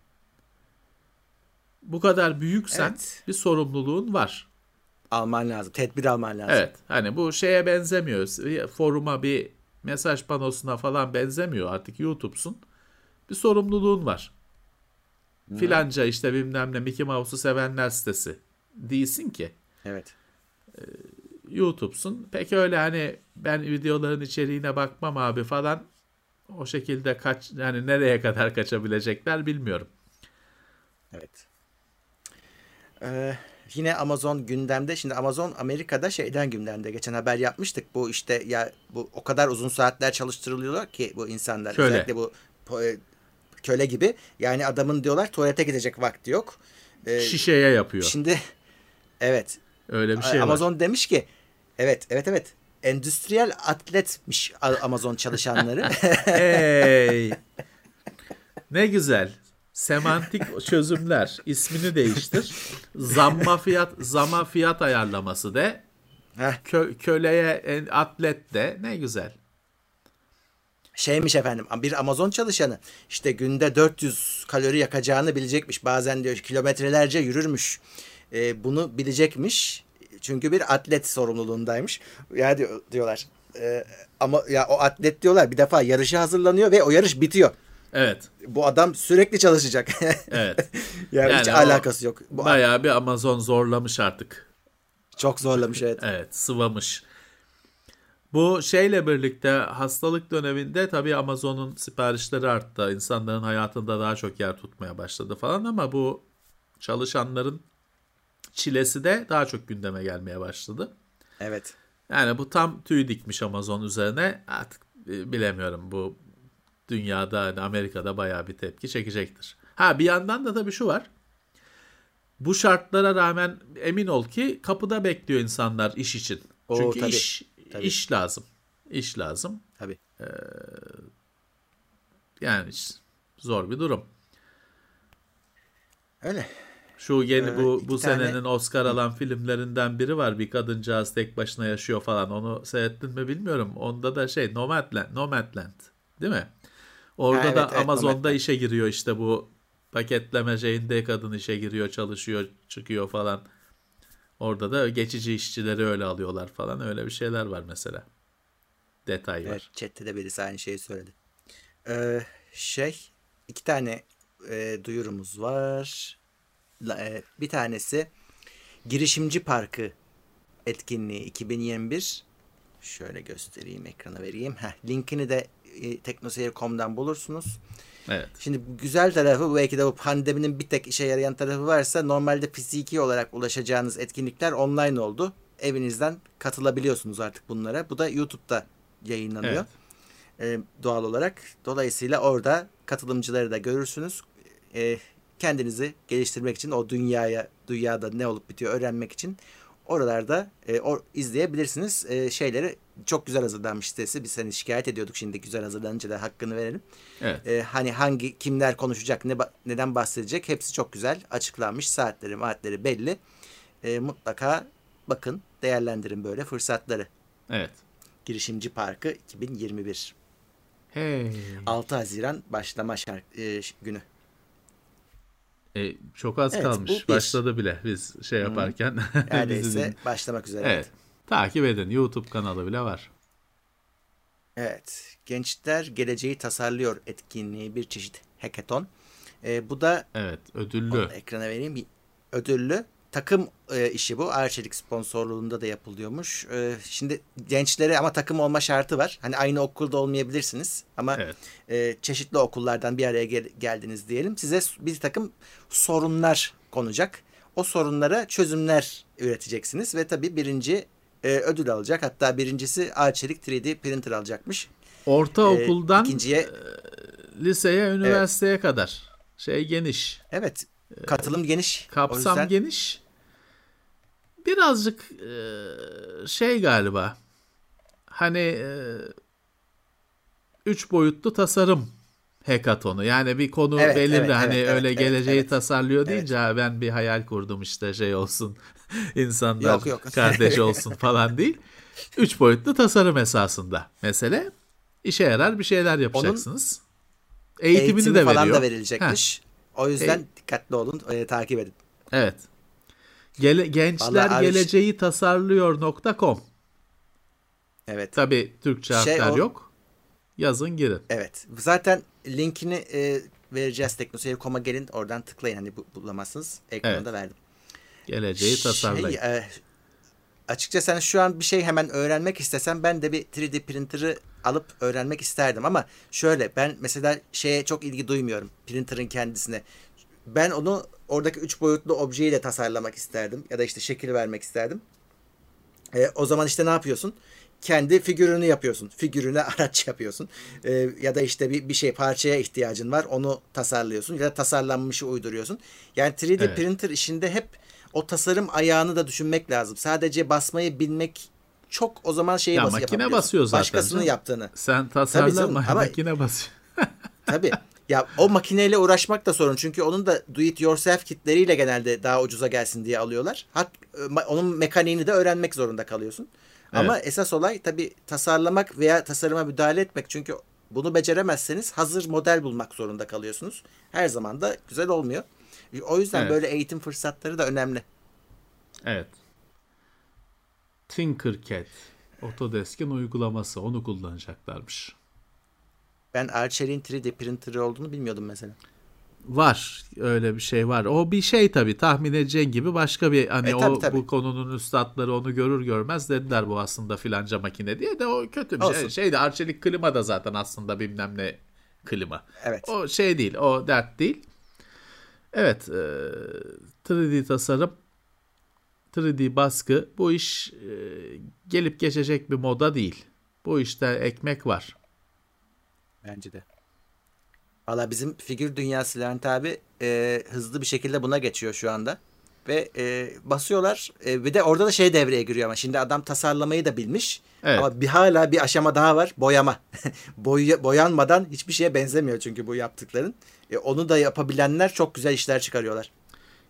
Bu kadar büyüksen bir sorumluluğun var. Alman lazım. Tedbir alman lazım. Evet. Hani bu şeye benzemiyor. Foruma bir mesaj panosuna falan benzemiyor. Artık YouTube'sun. Bir sorumluluğun var. Filanca işte bilmem ne Mickey Mouse'u sevenler sitesi. Değilsin ki. Evet. YouTube'sun. Peki öyle hani ben videoların içeriğine bakmam abi falan. O şekilde yani nereye kadar kaçabilecekler bilmiyorum. Evet. Yine Amazon gündemde. Şimdi Amazon Amerika'da gündemde. Geçen haber yapmıştık. Bu işte ya bu o kadar uzun saatler çalıştırılıyorlar ki bu insanlar. Köle. Özellikle bu köle gibi. Yani adamın diyorlar tuvalete gidecek vakti yok. Şişeye yapıyor. Şimdi evet. Öyle bir şey Amazon var. demiş ki evet. Endüstriyel atletmiş Amazon çalışanları. Hey. Ne güzel. Semantik çözümler. İsmini değiştir. Zama fiyat ayarlaması de. Köleye atlet de. Ne güzel. Şeymiş efendim, bir Amazon çalışanı işte günde 400 kalori yakacağını bilecekmiş. Bazen diyor kilometrelerce yürürmüş. Bunu bilecekmiş. Çünkü bir atlet sorumluluğundaymış. Ya diyorlar. Ama ya o atlet diyorlar bir defa yarışa hazırlanıyor ve o yarış bitiyor. Evet. Bu adam sürekli çalışacak. Evet. yani hiç alakası yok. Bayağı bir Amazon zorlamış artık. Çok zorlamış evet. Evet, sıvamış. Bu şeyle birlikte hastalık döneminde tabii Amazon'un siparişleri arttı. İnsanların hayatında daha çok yer tutmaya başladı falan ama bu çalışanların çilesi de daha çok gündeme gelmeye başladı. Evet. Yani bu tam tüy dikmiş Amazon üzerine. Artık bilemiyorum bu dünyada hani Amerika'da bayağı bir tepki çekecektir. Bir yandan da tabii şu var. Bu şartlara rağmen emin ol ki kapıda bekliyor insanlar iş için. Çünkü tabii. iş lazım. İş lazım. Tabii. Yani zor bir durum. Öyle. Şu yeni bu İki tane senenin Oscar alan filmlerinden biri var. Bir kadıncağız tek başına yaşıyor falan. Onu seyrettin mi bilmiyorum. Onda da Nomadland, değil mi? Orada evet, da evet, Amazon'da Nomadland. işe giriyor işte bu paketleme şeyinde kadın işe giriyor, çalışıyor, çıkıyor falan. Orada da geçici işçileri öyle alıyorlar falan. Öyle bir şeyler var mesela. Detay Evet, var. chat'te de birisi aynı şeyi söyledi. Ee, şey, iki tane duyurumuz var. Bir tanesi Girişimci Parkı etkinliği 2021. Şöyle göstereyim, ekrana vereyim. Linkini de teknoseyir.com'dan bulursunuz. Evet. Şimdi güzel tarafı, belki de bu pandeminin bir tek işe yarayan tarafı varsa, normalde fiziki olarak ulaşacağınız etkinlikler online oldu. Evinizden katılabiliyorsunuz artık bunlara. Bu da YouTube'da yayınlanıyor. Doğal olarak. Dolayısıyla orada katılımcıları da görürsünüz. Kendinizi geliştirmek için, o dünyada ne olup bitiyor öğrenmek için oralarda izleyebilirsiniz. Şeyleri çok güzel hazırlanmış sitesi. Biz hani şikayet ediyorduk, şimdi güzel hazırlanınca da hakkını verelim. Evet. Hani kimler konuşacak, neden bahsedecek, hepsi çok güzel açıklanmış. Saatleri belli. Mutlaka bakın, değerlendirin böyle fırsatları. Evet. Girişimci Parkı 2021. Hey. 6 Haziran başlama günü. Çok az Evet, kalmış. bu bir. Başladı bile biz şey yaparken. Bizi Neredeyse başlamak üzere. Evet. Takip edin. YouTube kanalı bile var. Evet. Gençler Geleceği Tasarlıyor etkinliği bir çeşit hackathon. Bu da Evet. Ödüllü. ekrana vereyim. Ödüllü. Takım işi bu. Arçelik sponsorluğunda da yapılıyormuş. Şimdi gençlere ama takım olma şartı var. Hani aynı okulda olmayabilirsiniz. Ama çeşitli okullardan bir araya geldiniz diyelim. Size bir takım sorunlar konacak. O sorunlara çözümler üreteceksiniz. Ve tabii birinci ödül alacak. Hatta birincisi Arçelik 3D printer alacakmış. Ortaokuldan ikinciye liseye, üniversiteye kadar. Şey geniş. Evet. Katılım geniş. Kapsam O yüzden geniş. Birazcık şey galiba. Hani 3 boyutlu tasarım hackathonu. Yani bir konu belirli. Öyle geleceği tasarlıyor deyince ben bir hayal kurdum işte şey olsun. İnsanlar yok. kardeş olsun falan değil. 3 boyutlu tasarım esasında mesele. İşe yarar bir şeyler yapacaksınız. Eğitimini de falan veriyor. da verilecekmiş. O yüzden dikkatli olun, takip edin. Evet. Gençlergeleceği tasarlıyor.com. Evet. Tabii Türkçe harfler yok. Yazın girin. Evet. Zaten linkini vereceğiz, teknoseyir.com'a gelin, oradan tıklayın, hani bulamazsınız. Ekranda verdim. Geleceği tasarlayın. Açıkçası hani şu an bir şey hemen öğrenmek istesem, ben de bir 3D printer'ı alıp öğrenmek isterdim ama şöyle, ben mesela şeye çok ilgi duymuyorum, printer'ın kendisine. Ben onu oradaki 3 boyutlu objeyle tasarlamak isterdim ya da işte şekil vermek isterdim. O zaman işte ne yapıyorsun? Kendi figürünü yapıyorsun. Figürüne araç yapıyorsun. Ya da işte bir şey, parçaya ihtiyacın var. Onu tasarlıyorsun ya da tasarlanmışı uyduruyorsun. Yani 3D printer işinde hep o tasarım ayağını da düşünmek lazım. Sadece basmayı bilmek çok, o zaman şeyi yapabiliyorsun. Makine basıyor zaten. Başkasının yaptığını. Sen tasarlama, makine basıyor. Tabii. Ya o makineyle uğraşmak da sorun. Çünkü onun da do it yourself kitleriyle genelde daha ucuza gelsin diye alıyorlar. Onun mekaniğini de öğrenmek zorunda kalıyorsun. Evet. Ama esas olay tabii tasarlamak veya tasarıma müdahale etmek. Çünkü bunu beceremezseniz hazır model bulmak zorunda kalıyorsunuz. Her zaman da güzel olmuyor. O yüzden böyle eğitim fırsatları da önemli. Evet. Tinkercad. Autodesk'in uygulaması. Onu kullanacaklarmış. Ben Arçelik'in 3D printer'ı olduğunu bilmiyordum mesela. Var. Öyle bir şey var. O bir şey tabii. Tahmin edeceğin gibi başka bir hani tabii. Bu konunun üstadları onu görür görmez dediler bu aslında filanca makine diye de o kötü bir şey. Şeydi, Arçelik klima da zaten aslında bilmem ne klima. Evet. O şey değil. O dert değil. Evet. 3D tasarım, 3D baskı, bu iş gelip geçecek bir moda değil. Bu işte ekmek var. Bence de. Valla bizim figür dünyası Levent abi hızlı bir şekilde buna geçiyor şu anda. Ve basıyorlar. Bir de orada da şey devreye giriyor ama. Şimdi adam tasarlamayı da bilmiş. Evet. Ama hala bir aşama daha var. Boyama. Boyanmadan hiçbir şeye benzemiyor çünkü bu yaptıkların. Onu da yapabilenler çok güzel işler çıkarıyorlar.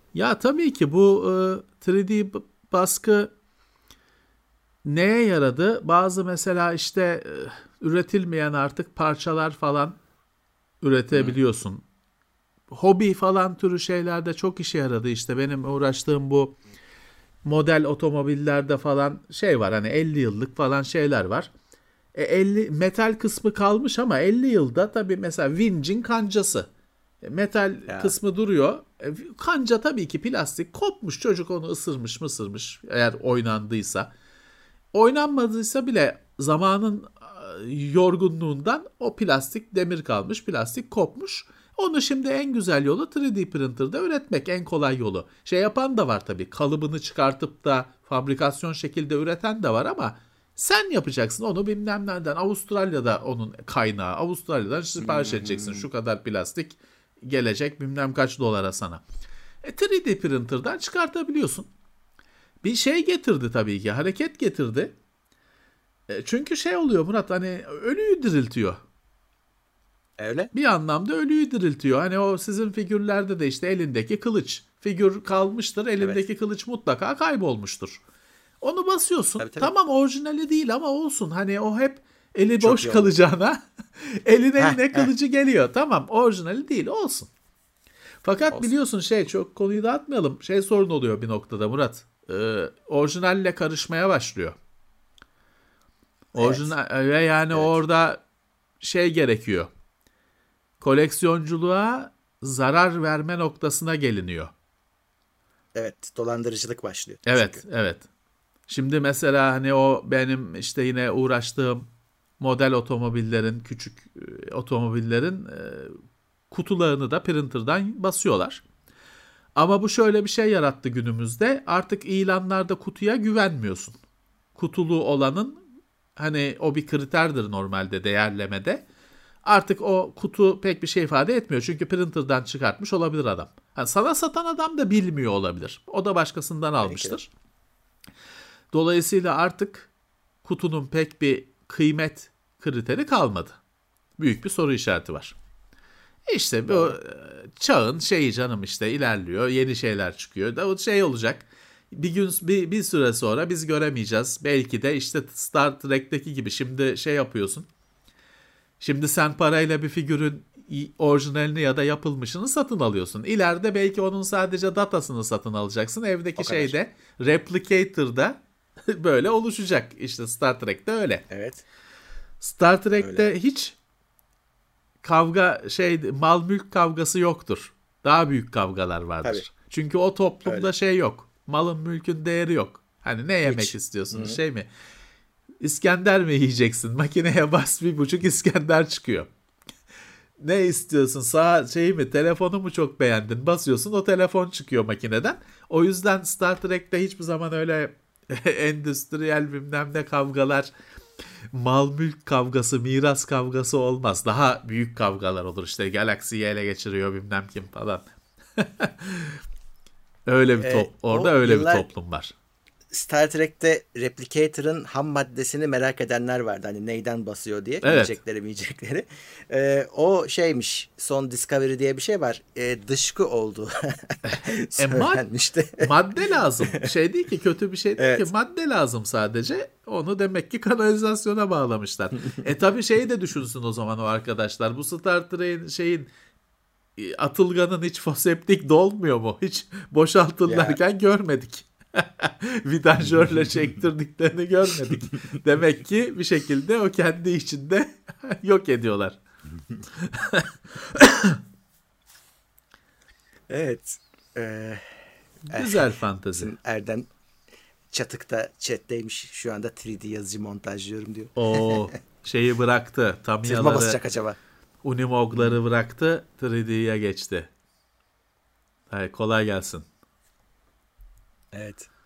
Ya tabii ki bu 3D baskı neye yaradı? Bazı mesela işte üretilmeyen artık parçalar falan üretebiliyorsun. Hobi falan türü şeylerde çok işe yaradı. İşte benim uğraştığım bu model otomobillerde falan şey var, hani 50 yıllık falan şeyler var. 50 metal kısmı kalmış ama 50 yılda tabii mesela vincin kancası. Metal kısmı duruyor. Kanca tabii ki plastik kopmuş, çocuk onu ısırmış eğer oynandıysa. Oynanmadıysa bile zamanın yorgunluğundan o plastik demir kalmış, plastik kopmuş. Onu şimdi en güzel yolu 3D printer'da üretmek, en kolay yolu. Şey yapan da var tabii, kalıbını çıkartıp da fabrikasyon şekilde üreten de var ama sen yapacaksın onu bilmem nereden. Avustralya'da onun kaynağı, Avustralya'dan sipariş edeceksin, şu kadar plastik gelecek bilmem kaç dolara sana. 3D printer'dan çıkartabiliyorsun. Bir şey getirdi tabii ki, hareket getirdi. Çünkü şey oluyor Murat, hani ölüyü diriltiyor. Öyle. Bir anlamda ölüyü diriltiyor. Hani o sizin figürlerde de işte elindeki kılıç. Figür kalmıştır, elindeki kılıç mutlaka kaybolmuştur. Onu basıyorsun. Tabii. Tamam, orijinali değil ama olsun. Hani o hep eli Çok boş iyi kalacağına eline kılıcı geliyor. Tamam, orijinali değil, olsun. Fakat Olsun. biliyorsun çok konuyu dağıtmayalım. Sorun oluyor bir noktada Murat. Orijinalle karışmaya başlıyor. Orijinal ve yani orada gerekiyor. Koleksiyonculuğa zarar verme noktasına geliniyor. Evet, dolandırıcılık başlıyor. Evet, çünkü. evet. Şimdi mesela hani o benim işte yine uğraştığım model otomobillerin, küçük otomobillerin kutularını da printer'dan basıyorlar. Ama bu şöyle bir şey yarattı günümüzde. Artık ilanlarda kutuya güvenmiyorsun. Kutulu olanın, hani o bir kriterdir normalde değerlemede. Artık o kutu pek bir şey ifade etmiyor. Çünkü printer'dan çıkartmış olabilir adam. Yani sana satan adam da bilmiyor olabilir. O da başkasından almıştır. Dolayısıyla artık kutunun pek bir kıymet kriteri kalmadı. Büyük bir soru işareti var. İşte bu çağın canım, işte ilerliyor. Yeni şeyler çıkıyor. Da o olacak. Bir gün bir süre sonra biz göremeyeceğiz. Belki de işte Star Trek'teki gibi şimdi yapıyorsun. Şimdi sen parayla bir figürün orijinalini ya da yapılmışını satın alıyorsun. İleride belki onun sadece datasını satın alacaksın. Evdeki Replicator'da böyle oluşacak. İşte Star Trek'te öyle. Evet. Star Trek'te hiç kavga mal mülk kavgası yoktur. Daha büyük kavgalar vardır. Tabii. Çünkü o toplumda yok. Malın mülkün değeri yok. Hani ne yemek istiyorsunuz? Hı-hı. Mi? İskender mi yiyeceksin? Makineye bas, 1,5 İskender çıkıyor. Ne istiyorsun? Mi? Telefonu mu çok beğendin? Basıyorsun, o telefon çıkıyor makineden. O yüzden Star Trek'te hiçbir zaman öyle endüstriyel bilmem ne kavgalar, mal mülk kavgası, miras kavgası olmaz. Daha büyük kavgalar olur. İşte galaksiyi ele geçiriyor bilmem kim falan. Öyle bir orada öyle bir toplum var. Star Trek'te Replicator'ın ham maddesini merak edenler vardı. Hani neyden basıyor diye. Evet. Yiyecekleri. O son Discovery diye bir şey var. Dışkı oldu. Madde lazım. Değil ki, kötü bir şey değil ki. Madde lazım sadece. Onu demek ki kanalizasyona bağlamışlar. Tabii de düşünsün o zaman o arkadaşlar. Bu Star Trek'in atılganın hiç foseptik dolmuyor mu? Hiç boşaltırlarken görmedik. Vidanjörle çektirdiklerini görmedik. Demek ki bir şekilde o kendi içinde yok ediyorlar. Evet. Güzel fantezi. Erdem Çatık'ta chat'teymiş. Şu anda 3D yazıcı montajlıyorum diyor. O bıraktı. Tamiyaları, basacak acaba? Unimog'ları bıraktı. 3D'ye geçti. Hayır, kolay gelsin. Evet.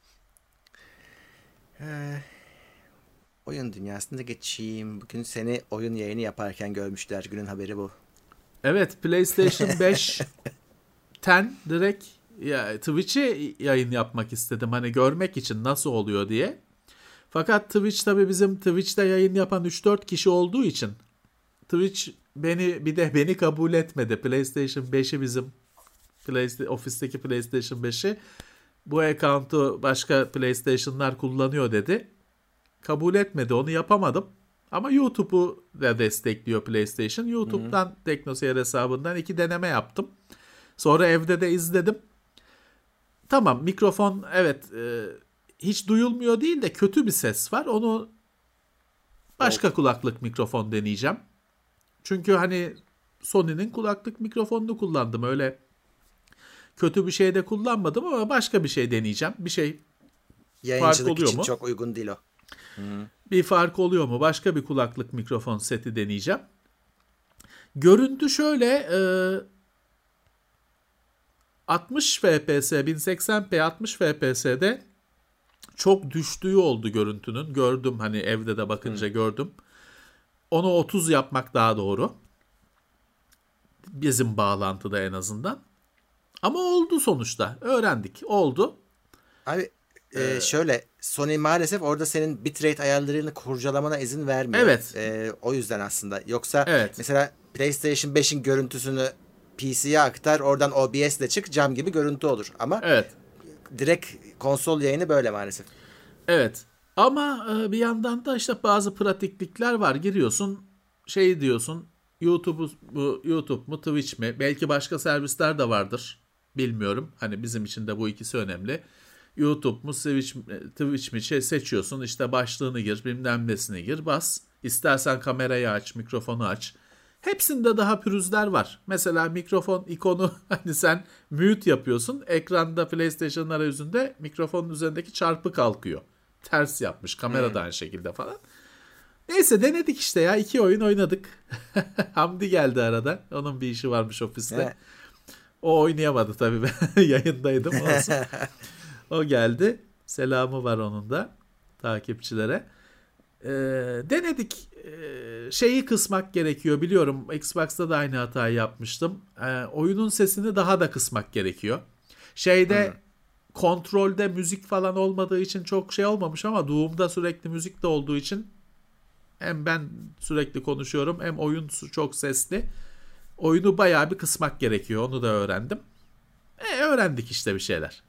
Oyun dünyasında geçeyim. Bugün seni oyun yayını yaparken görmüşler. Günün haberi bu. Evet, PlayStation 5'ten direkt Twitch'e yayın yapmak istedim. Hani görmek için nasıl oluyor diye. Fakat Twitch tabii bizim Twitch'te yayın yapan 3-4 kişi olduğu için Twitch beni kabul etmedi. PlayStation 5'i bizim ofisteki PlayStation 5'i bu account'u başka PlayStation'lar kullanıyor dedi. Kabul etmedi, onu yapamadım. Ama YouTube'u da destekliyor PlayStation. YouTube'dan Teknoseyir hesabından 2 deneme yaptım. Sonra evde de izledim. Tamam, mikrofon evet hiç duyulmuyor değil de kötü bir ses var. Onu başka kulaklık mikrofon deneyeceğim. Çünkü hani Sony'nin kulaklık mikrofonunu kullandım. Öyle kötü bir şey de kullanmadım ama başka bir şey deneyeceğim. Bir şey yayıncılık için çok uygun değil o. Bir fark oluyor mu? Başka bir kulaklık mikrofon seti deneyeceğim. Görüntü şöyle 60 fps 1080p 60 fps'de çok düştüğü oldu görüntünün. Gördüm, hani evde de bakınca gördüm. Onu 30 yapmak daha doğru. Bizim bağlantıda en azından. Ama oldu sonuçta. Öğrendik. Oldu. Abi şöyle, Sony maalesef orada senin bitrate ayarlarını kurcalamana izin vermiyor. Evet. O yüzden aslında. Yoksa mesela PlayStation 5'in görüntüsünü PC'ye aktar, oradan OBS ile çık, cam gibi görüntü olur. Ama direkt konsol yayını böyle maalesef. Evet. Ama bir yandan da işte bazı pratiklikler var. Giriyorsun, şey diyorsun, YouTube mu, Twitch mi? Belki başka servisler de vardır. Bilmiyorum. Hani bizim için de bu ikisi önemli. YouTube mu, Twitch mi seçiyorsun. İşte başlığını gir, bilmem nesini gir, bas. İstersen kamerayı aç, mikrofonu aç. Hepsinde daha pürüzler var. Mesela mikrofon ikonu, hani sen mute yapıyorsun. Ekranda PlayStation arayüzünde mikrofonun üzerindeki çarpı kalkıyor. Ters yapmış. Kamera da aynı şekilde falan. Neyse, denedik işte ya. 2 oyun oynadık. Hamdi geldi arada. Onun bir işi varmış ofiste. O oynayamadı tabii. Ben yayındaydım. Olsun. O geldi. Selamı var onun da takipçilere. Denedik. Şeyi kısmak gerekiyor, biliyorum. Xbox'ta da aynı hatayı yapmıştım. Oyunun sesini daha da kısmak gerekiyor. Kontrolde müzik falan olmadığı için çok şey olmamış ama Doom'da sürekli müzik de olduğu için hem ben sürekli konuşuyorum hem oyun çok sesli. Oyunu bayağı bir kısmak gerekiyor. Onu da öğrendim. Öğrendik işte bir şeyler.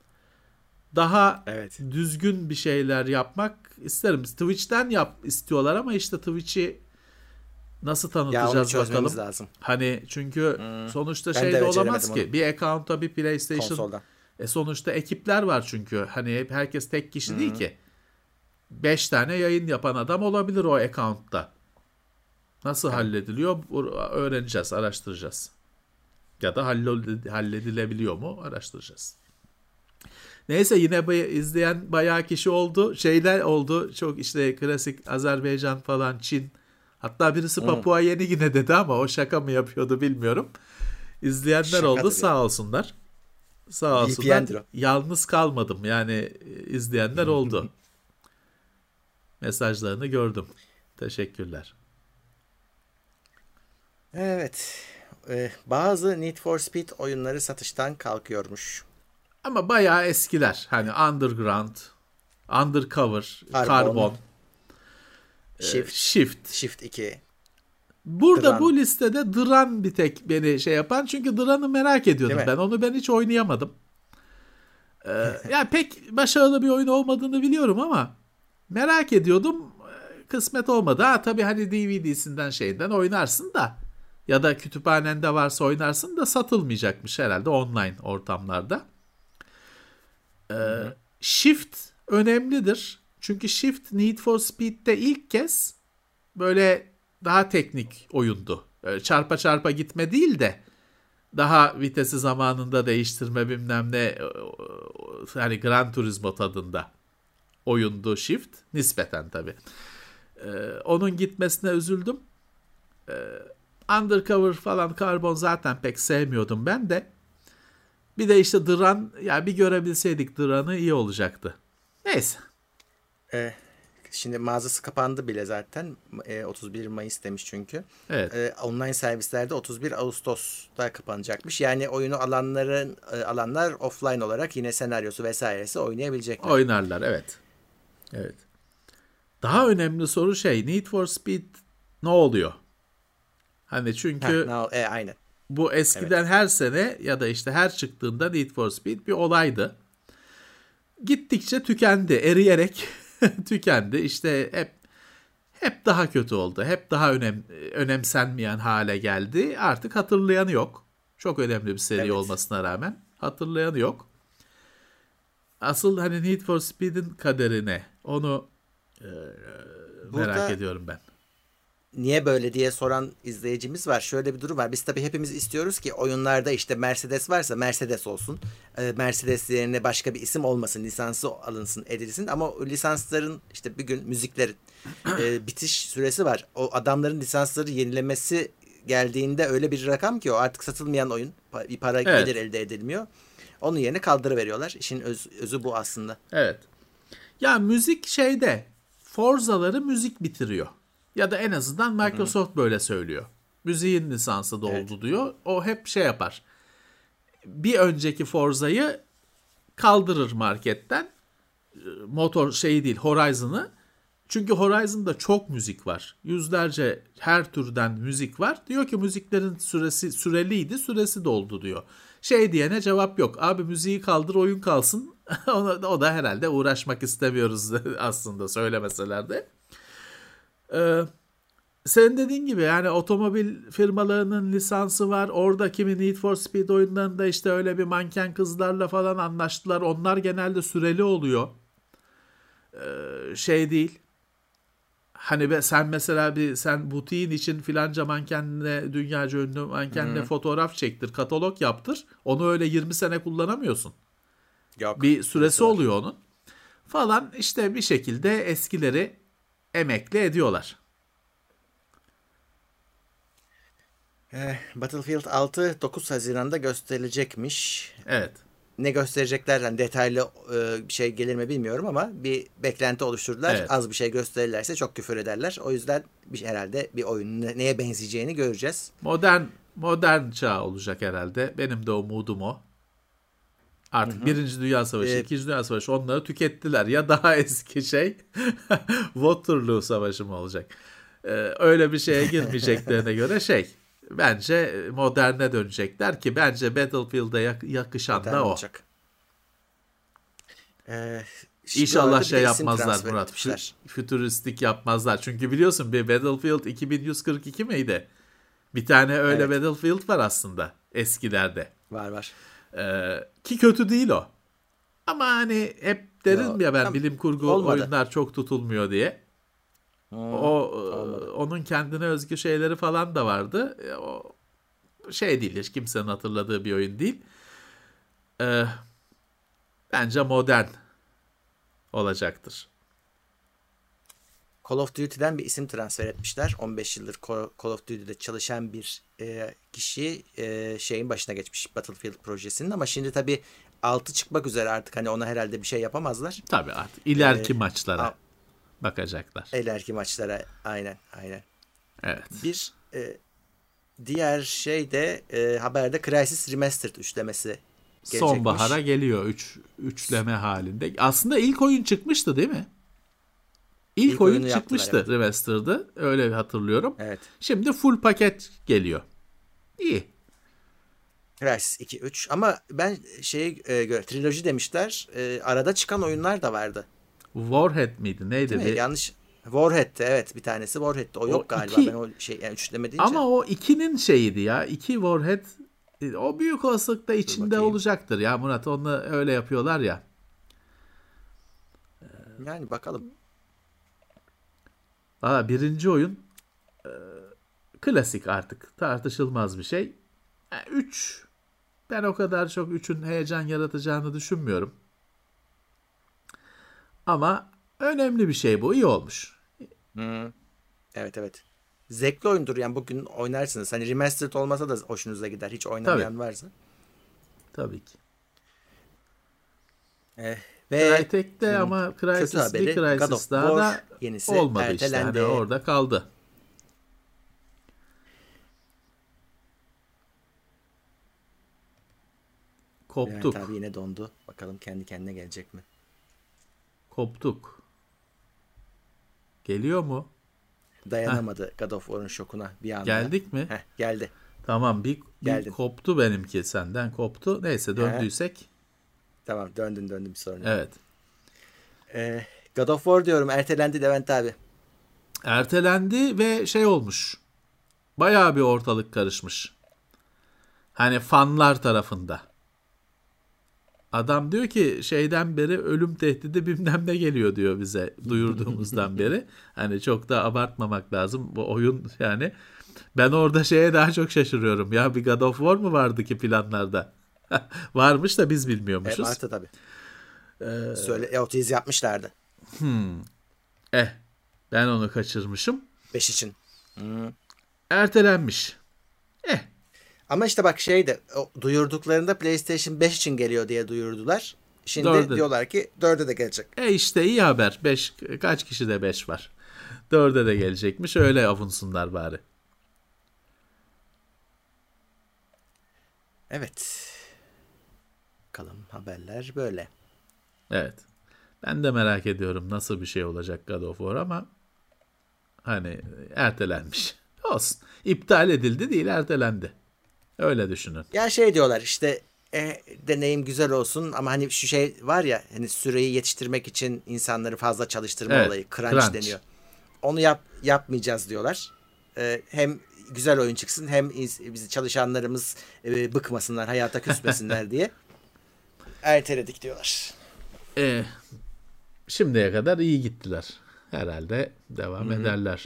Daha düzgün bir şeyler yapmak isterim. Twitch'ten istiyorlar ama işte Twitch'i nasıl tanıtacağız bakalım. Lazım. Hani çünkü sonuçta şey de olamaz ki. Onu. Bir account'a bir PlayStation. Konsolda. Sonuçta ekipler var çünkü. Hani herkes tek kişi değil ki. 5 tane yayın yapan adam olabilir o account'ta. Nasıl hallediliyor? Öğreneceğiz, araştıracağız. Ya da halledilebiliyor mu? Araştıracağız. Neyse, yine izleyen bayağı kişi oldu. Şeyler oldu. Çok işte klasik Azerbaycan falan, Çin. Hatta birisi Papua Yeni Gine dedi ama o şaka mı yapıyordu bilmiyorum. İzleyenler şaka oldu tabii. Sağ olsunlar. Sağ olsunlar. Yalnız kalmadım. Yani izleyenler oldu. Mesajlarını gördüm. Teşekkürler. Evet. Bazı Need for Speed oyunları satıştan kalkıyormuş. Ama bayağı eskiler. Hani Underground, Undercover, Carbon, Shift 2. Burada Dran. Bu listede Dran bir tek beni şey yapan. Çünkü Dran'ı merak ediyordum ben. Onu ben hiç oynayamadım. Yani pek başarılı bir oyun olmadığını biliyorum ama merak ediyordum. Kısmet olmadı. Tabii hani DVD'sinden şeyden oynarsın da ya da kütüphanende varsa oynarsın da satılmayacakmış herhalde online ortamlarda. Shift önemlidir. Çünkü Shift Need for Speed'de ilk kez böyle daha teknik oyundu. Çarpa çarpa gitme değil de daha vitesi zamanında değiştirme bilmem ne, hani Gran Turismo tadında oyundu Shift. Nispeten tabii. Onun gitmesine üzüldüm. Undercover falan, Carbon zaten pek sevmiyordum ben de. Bir de işte Dran, ya bir görebilseydik Dran'ı iyi olacaktı. Neyse. Şimdi mağazası kapandı bile zaten. 31 Mayıs demiş çünkü. Evet. Online servislerde 31 Ağustos'ta kapanacakmış. Yani oyunu alanlar offline olarak yine senaryosu vesairesi oynayabilecekler. Oynarlar, evet. Evet. Daha önemli soru Need for Speed ne oluyor? Hani çünkü aynen. Bu eskiden her sene ya da işte her çıktığında Need for Speed bir olaydı. Gittikçe tükendi, eriyerek tükendi. İşte hep daha kötü oldu. Hep daha önemsenmeyen hale geldi. Artık hatırlayanı yok. Çok önemli bir seri olmasına rağmen hatırlayanı yok. Asıl hani Need for Speed'in kaderine onu merak ediyorum ben. Niye böyle diye soran izleyicimiz var. Şöyle bir durum var. Biz tabii hepimiz istiyoruz ki oyunlarda işte Mercedes varsa Mercedes olsun. Mercedes yerine başka bir isim olmasın. Lisansı alınsın, edilsin. Ama o lisansların işte bir gün müziklerin bitiş süresi var. O adamların lisansları yenilemesi geldiğinde öyle bir rakam ki o artık satılmayan oyun. Bir para gelir elde edilmiyor. Onun yerine kaldırıveriyorlar. İşin özü bu aslında. Evet. Ya müzik Forza'ları müzik bitiriyor. Ya da en azından Microsoft böyle söylüyor. Müziğin lisansı doldu diyor. O hep yapar. Bir önceki Forza'yı kaldırır marketten. Motor değil, Horizon'ı. Çünkü Horizon'da çok müzik var. Yüzlerce her türden müzik var. Diyor ki müziklerin süreliydi, süresi doldu diyor. Diyene cevap yok. Abi müziği kaldır, oyun kalsın. O da herhalde uğraşmak istemiyoruz aslında söylemeseler de. Senin dediğin gibi yani otomobil firmalarının lisansı var. Orada kimi Need for Speed oyunlarında işte öyle bir manken kızlarla falan anlaştılar. Onlar genelde süreli oluyor. Değil. Hani sen mesela sen butiğin için filanca mankenle, dünyaca ünlü mankenle fotoğraf çektir, katalog yaptır. Onu öyle 20 sene kullanamıyorsun. Yok. Bir süresi oluyor onun. Falan işte bir şekilde eskileri emekli ediyorlar. Battlefield 6 9 Haziran'da gösterilecekmiş. Evet. Ne gösterecekler yani detaylı bir şey gelir mi bilmiyorum ama bir beklenti oluşturdular. Evet. Az bir şey gösterirlerse çok küfür ederler. O yüzden herhalde bir oyunun neye benzeyeceğini göreceğiz. Modern çağ olacak herhalde. Benim de umudum o. Artık Birinci Dünya Savaşı, İkinci Dünya Savaşı onları tükettiler. Ya daha eski Waterloo Savaşı mı olacak? Öyle bir şeye girmeyeceklerine göre bence moderne dönecekler ki bence Battlefield'a yakışan da o. Olacak. İnşallah yapmazlar Murat. Fütüristik yapmazlar. Çünkü biliyorsun bir Battlefield 2142 miydi? Bir tane öyle Battlefield var aslında eskilerde. Var. Ki kötü değil o. Ama hani hep derim ya ben bilim kurgu oyunlar çok tutulmuyor diye. Onun kendine özgü şeyleri falan da vardı. O değil, hiç kimsenin hatırladığı bir oyun değil. Bence modern olacaktır. Call of Duty'den bir isim transfer etmişler. 15 yıldır Call of Duty'de çalışan bir kişi şeyin başına geçmiş, Battlefield projesinin, ama şimdi tabii 6 çıkmak üzere artık hani ona herhalde bir şey yapamazlar. Tabii artık ileriki maçlara bakacaklar. İleriki maçlara aynen. Evet. Bir diğer de haberde Crysis Remastered üçlemesi gelecekmiş. Sonbahara geliyor üçleme halinde. Aslında ilk oyun çıkmıştı değil mi? İlk oyun çıkmıştı Remastered'ı. Öyle hatırlıyorum. Evet. Şimdi full paket geliyor. İyi. Crysis 2, 3 ama ben göre triloji demişler. Arada çıkan oyunlar da vardı. Warhead miydi? Neydi? Yanlış. Warhead'ti evet, bir tanesi Warhead'ti. O yok galiba. Ben o üçleme deyince. Ama o 2'nin şeyiydi ya. 2 Warhead o büyük olasılıkla içinde olacaktır ya Murat. Onu öyle yapıyorlar ya. Yani bakalım. Valla birinci oyun klasik, artık tartışılmaz bir şey. 3 ben o kadar çok 3'ün heyecan yaratacağını düşünmüyorum. Ama önemli bir şey bu. İyi olmuş. Evet. Zevkli oyundur yani, bugün oynarsınız. Hani remastered olmasa da hoşunuza gider. Hiç oynamayan varsa. Tabii ki. Ve Crytek'te ama Crysis bir Crysis daha da olmadı ertelendi. İşte. Hani orada kaldı. Koptuk. Evet abi, yine dondu. Bakalım kendi kendine gelecek mi? Koptuk. Geliyor mu? Dayanamadı God of War'un şokuna bir anda. Geldik mi? Geldi. Tamam bir Geldin. koptu benimki, senden koptu. Neyse döndüysek. Tamam döndüm bir sorun yok. Evet. God of War diyorum, ertelendi Levent abi. Ertelendi ve şey olmuş. Bayağı bir ortalık karışmış. Hani fanlar tarafında. Adam diyor ki şeyden beri ölüm tehdidi bilmem ne geliyor diyor bize duyurduğumuzdan beri. Hani çok da abartmamak lazım bu oyun yani. Ben orada şeye daha çok şaşırıyorum. Ya bir God of War mu vardı ki planlarda? Varmış da biz bilmiyormuşuz. Vardı tabii. O tease yapmışlardı. Ben onu kaçırmışım. 5 için. Ertelenmiş. Ama işte bak duyurduklarında PlayStation 5 için geliyor diye duyurdular. Şimdi 4'e. diyorlar ki 4'e de gelecek. İşte iyi haber. 5 kaç kişi de 5 var. 4'e de gelecekmiş. Öyle avunsunlar bari. Evet. Bakalım, haberler böyle. Evet. Ben de merak ediyorum nasıl bir şey olacak God of War ama hani ertelenmiş. Olsun. İptal edildi değil, ertelendi. Öyle düşünün. Ya diyorlar işte deneyim güzel olsun ama hani şu şey var ya, hani süreyi yetiştirmek için insanları fazla çalıştırma olayı, crunch deniyor. Onu yapmayacağız diyorlar. Hem güzel oyun çıksın hem bizi çalışanlarımız bıkmasınlar, hayata küsmesinler diye erteledik diyorlar. Şimdiye kadar iyi gittiler. Herhalde devam ederler.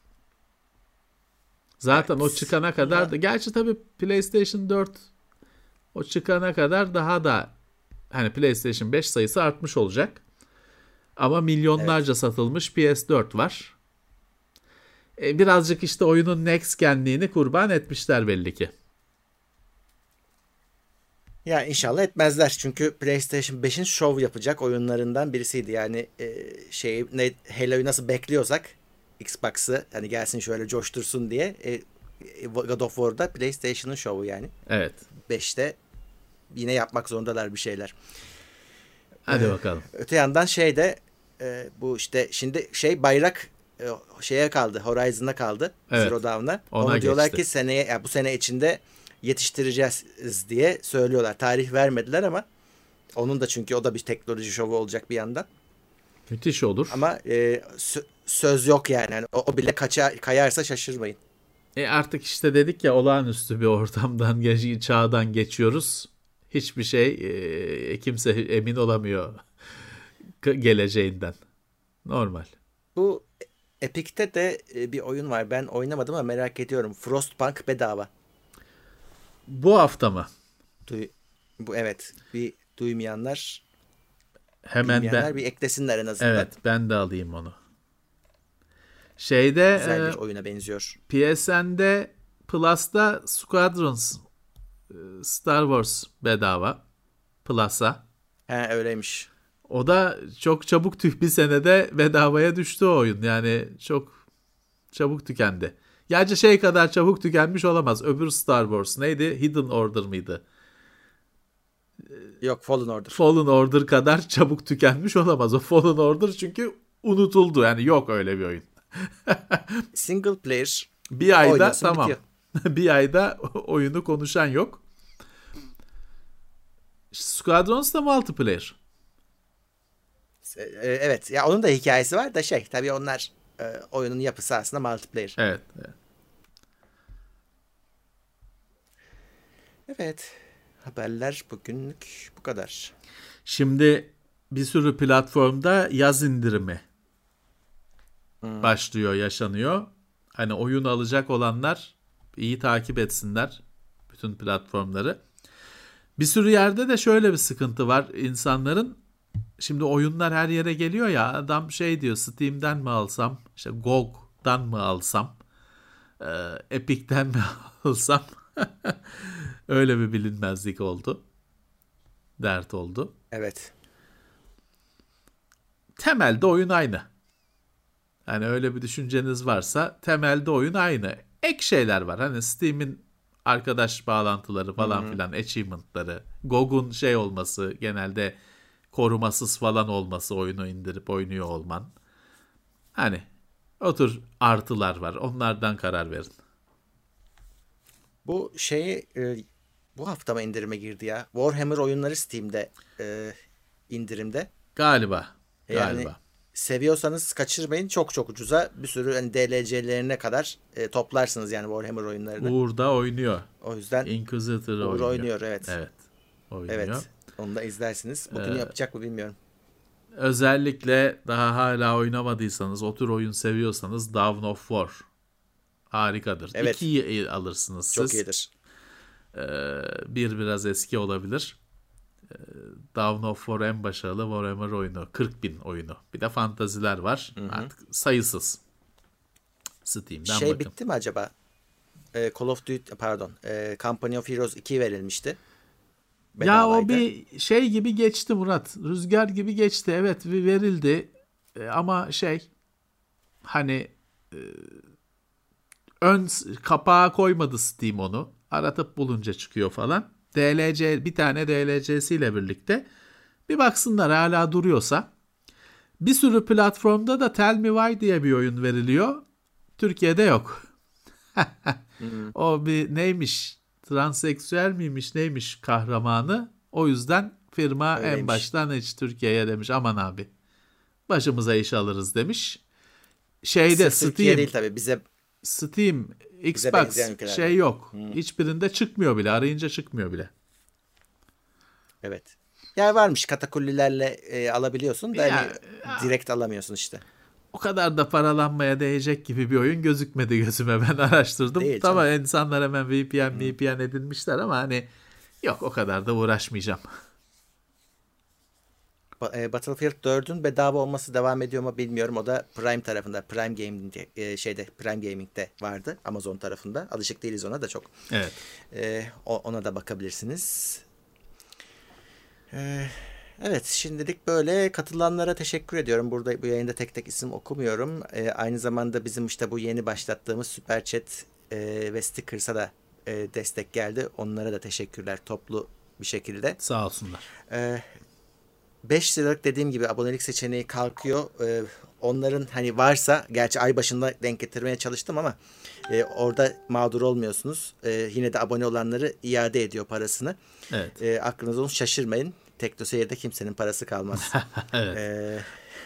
Zaten o çıkana kadar da, gerçi tabii PlayStation 4 o çıkana kadar daha da hani PlayStation 5 sayısı artmış olacak. Ama milyonlarca satılmış PS4 var. Birazcık işte oyunun next genliğini kurban etmişler belli ki. Ya inşallah etmezler. Çünkü PlayStation 5'in şov yapacak oyunlarından birisiydi. Yani Halo'yu nasıl bekliyorsak Xbox'ı hani gelsin şöyle coştursun diye God of War'da PlayStation'ın şovu yani. Evet. 5'te yine yapmak zorundalar bir şeyler. Hadi bakalım. Öte yandan bu işte şimdi bayrak şeye kaldı. Horizon'a kaldı. Evet. Zero Dawn'a. Ona Onu diyorlar geçti. ki bu sene içinde yetiştireceğiz diye söylüyorlar. Tarih vermediler ama onun da, çünkü o da bir teknoloji şovu olacak bir yandan. Müthiş olur. Ama söz yok yani. Yani o bile kayarsa şaşırmayın. Artık işte dedik ya, olağanüstü bir ortamdan, çağdan geçiyoruz. Hiçbir şey kimse emin olamıyor geleceğinden. Normal. Bu Epic'te de bir oyun var. Ben oynamadım ama merak ediyorum. Frostpunk bedava. Bu hafta mı? Bu evet. Bir duymayanlar, Hemen bilmeyenler bir eklesinler en azından. Evet, ben de alayım onu. Güzel bir oyuna benziyor. PSN'de Plus'ta Squadrons Star Wars bedava. Plus'a. Öyleymiş. O da çok çabuk bir senede bedavaya düştü o oyun. Yani çok çabuk tükendi. Gerçi kadar çabuk tükenmiş olamaz. Öbür Star Wars neydi? Hidden Order mıydı? Yok, Fallen Order. Fallen Order kadar çabuk tükenmiş olamaz. O Fallen Order çünkü unutuldu. Yani yok öyle bir oyun. Single player. Bir ayda tamam. Bitiyor. Bir ayda oyunu konuşan yok. Squadrons da multiplayer. Evet. Ya onun da hikayesi var da tabii onlar oyunun yapısı aslında multiplayer. Evet. Evet. Haberler bugünlük bu kadar. Şimdi bir sürü platformda yaz indirimi başlıyor, yaşanıyor. Hani oyun alacak olanlar iyi takip etsinler bütün platformları. Bir sürü yerde de şöyle bir sıkıntı var insanların. Şimdi oyunlar her yere geliyor ya, adam diyor, Steam'den mi alsam, GOG'dan mı alsam, Epic'ten mi alsam? Öyle bir bilinmezlik oldu. Dert oldu. Evet. Temelde oyun aynı. Yani öyle bir düşünceniz varsa temelde oyun aynı. Ek şeyler var. Hani Steam'in arkadaş bağlantıları falan filan, achievement'ları, GOG'un olması, genelde korumasız falan olması, oyunu indirip oynuyor olman. Hani o tür artılar var. Onlardan karar verin. Bu bu hafta mı indirime girdi ya? Warhammer oyunları Steam'de indirimde. Galiba. Yani seviyorsanız kaçırmayın. Çok çok ucuza bir sürü hani DLC'lerine kadar toplarsınız yani Warhammer oyunlarını. Uğur da oynuyor. O yüzden Inquisitor Uğur oynuyor. Evet. Oynuyor. Evet. Onu da izlersiniz. Bugün yapacak mı bilmiyorum. Özellikle daha hala oynamadıysanız, o tür oyun seviyorsanız Dawn of War harikadır. Evet. 2'yi alırsınız siz. Çok iyidir. Biraz eski olabilir. Dawn of War en başarılı Warhammer oyunu. 40.000 oyunu. Bir de fantaziler var. Hı-hı. Artık sayısız. Steam'den bakın. Bitti mi acaba? Call of Duty Company of Heroes 2 verilmişti. Bedavaydı. Ya o bir gibi geçti Murat. Rüzgar gibi geçti. Evet verildi. Ama hani ön kapağa koymadı Steam onu. Aratıp bulunca çıkıyor falan. Bir tane DLC'siyle birlikte bir baksınlar hala duruyorsa. Bir sürü platformda da Tell Me Why diye bir oyun veriliyor. Türkiye'de yok. O bir neymiş? Transseksüel miymiş neymiş kahramanı? O yüzden firma öyleymiş. En baştan hiç Türkiye'ye demiş aman abi başımıza iş alırız demiş. Steam değil tabii bize Steam, Xbox yok. Hiçbirinde çıkmıyor bile. Arayınca çıkmıyor bile. Evet. Yani varmış katakullilerle alabiliyorsun da direkt alamıyorsun işte. O kadar da paralanmaya değecek gibi bir oyun gözükmedi gözüme. Ben araştırdım. Değil, tamam canım. İnsanlar hemen VPN edinmişler ama hani yok o kadar da uğraşmayacağım. Battlefield 4'ün bedava olması devam ediyor mu bilmiyorum. O da Prime tarafında, Prime Gaming'de vardı. Amazon tarafında. Alışık değiliz ona da çok. Evet. Ona da bakabilirsiniz. Evet, şimdilik böyle. Katılanlara teşekkür ediyorum. Burada bu yayında tek tek isim okumuyorum. Aynı zamanda bizim işte bu yeni başlattığımız Süper Chat ve Stickers'a da destek geldi. Onlara da teşekkürler toplu bir şekilde. Sağ olsunlar. 5 liralık dediğim gibi abonelik seçeneği kalkıyor. Onların hani varsa, gerçi ay başında denk getirmeye çalıştım ama orada mağdur olmuyorsunuz. Yine de abone olanları iade ediyor parasını. Evet. Aklınızda olsun, şaşırmayın. Teknoseyir'de kimsenin parası kalmaz. Evet.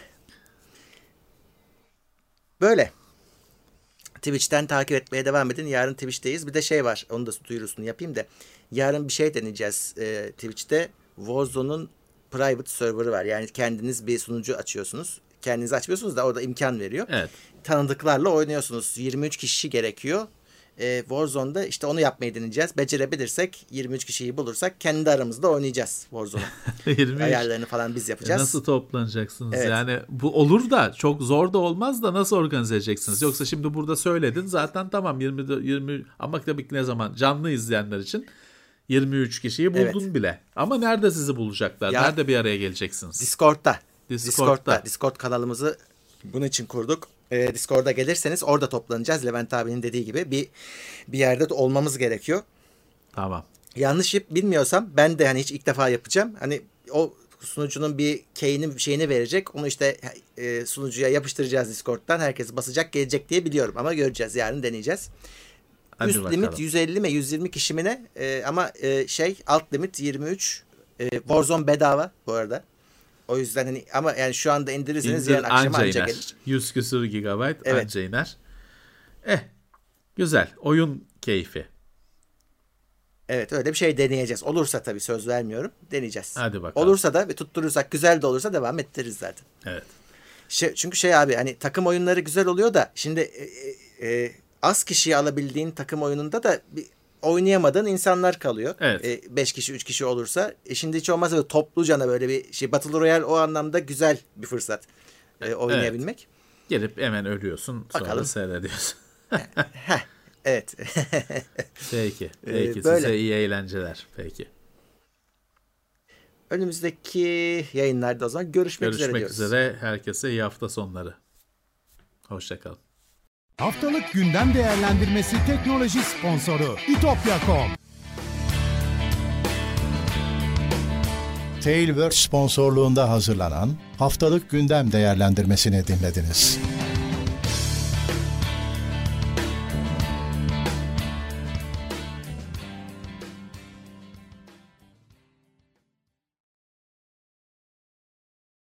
Böyle. Twitch'ten takip etmeye devam edin. Yarın Twitch'teyiz. Bir de var. Onu da duyurusunu yapayım da. Yarın bir şey deneyeceğiz Twitch'te. Warzone'un private server'ı var. Yani kendiniz bir sunucu açıyorsunuz. Kendiniz açmıyorsunuz da orada imkan veriyor. Evet. Tanıdıklarla oynuyorsunuz. 23 kişi gerekiyor. Warzone'da işte onu yapmayı deneyeceğiz. Becerebilirsek 23 kişiyi bulursak kendi aramızda oynayacağız Warzone'u. Ayarlarını falan biz yapacağız. Nasıl toplanacaksınız? Evet. Yani bu olur da çok zor da olmaz da nasıl organize edeceksiniz? Yoksa şimdi burada söyledin zaten tamam 20 ama tabii ki ne zaman canlı izleyenler için 23 kişiyi buldun bile. Ama nerede sizi bulacaklar? Nerede bir araya geleceksiniz? Discord'da. Discord kanalımızı bunun için kurduk. Discord'a gelirseniz orada toplanacağız. Levent abinin dediği gibi bir yerde de olmamız gerekiyor. Tamam. Yanlış bilmiyorsam ben de hani hiç ilk defa yapacağım. Hani o sunucunun bir şeyini verecek. Onu işte sunucuya yapıştıracağız Discord'dan. Herkes basacak, gelecek diye biliyorum ama göreceğiz. Yarın deneyeceğiz. Hadi üst bakalım. limit 150 mi 120 kişi mi ne? Ama alt limit 23. Warzone bedava bu arada. O yüzden hani ama yani şu anda indirirseniz yarın akşama anca gelir. 100 küsur gigabayt evet. Anca iner. Güzel. Oyun keyfi. Evet, öyle bir şey deneyeceğiz. Olursa tabii, söz vermiyorum. Deneyeceğiz. Hadi bakalım. Olursa da ve tutturursak, güzel de olursa devam ettiririz zaten. Evet. Çünkü abi hani takım oyunları güzel oluyor da şimdi az kişiyi alabildiğin takım oyununda da oynayamadığın insanlar kalıyor. Evet. 5 kişi 3 kişi olursa. Şimdi hiç olmazsa böyle toplucana böyle bir şey. Battle Royale o anlamda güzel bir fırsat. Oynayabilmek. Evet. Gelip hemen ölüyorsun. Sonra bakalım. Seyrediyorsun. Evet. Peki. Size iyi eğlenceler. Peki. Önümüzdeki yayınlarda o zaman görüşmek üzere diyoruz. Görüşmek üzere. Herkese iyi hafta sonları. Hoşçakalın. Haftalık gündem değerlendirmesi teknoloji sponsoru itopya.com. Tailwords sponsorluğunda hazırlanan haftalık gündem değerlendirmesini dinlediniz.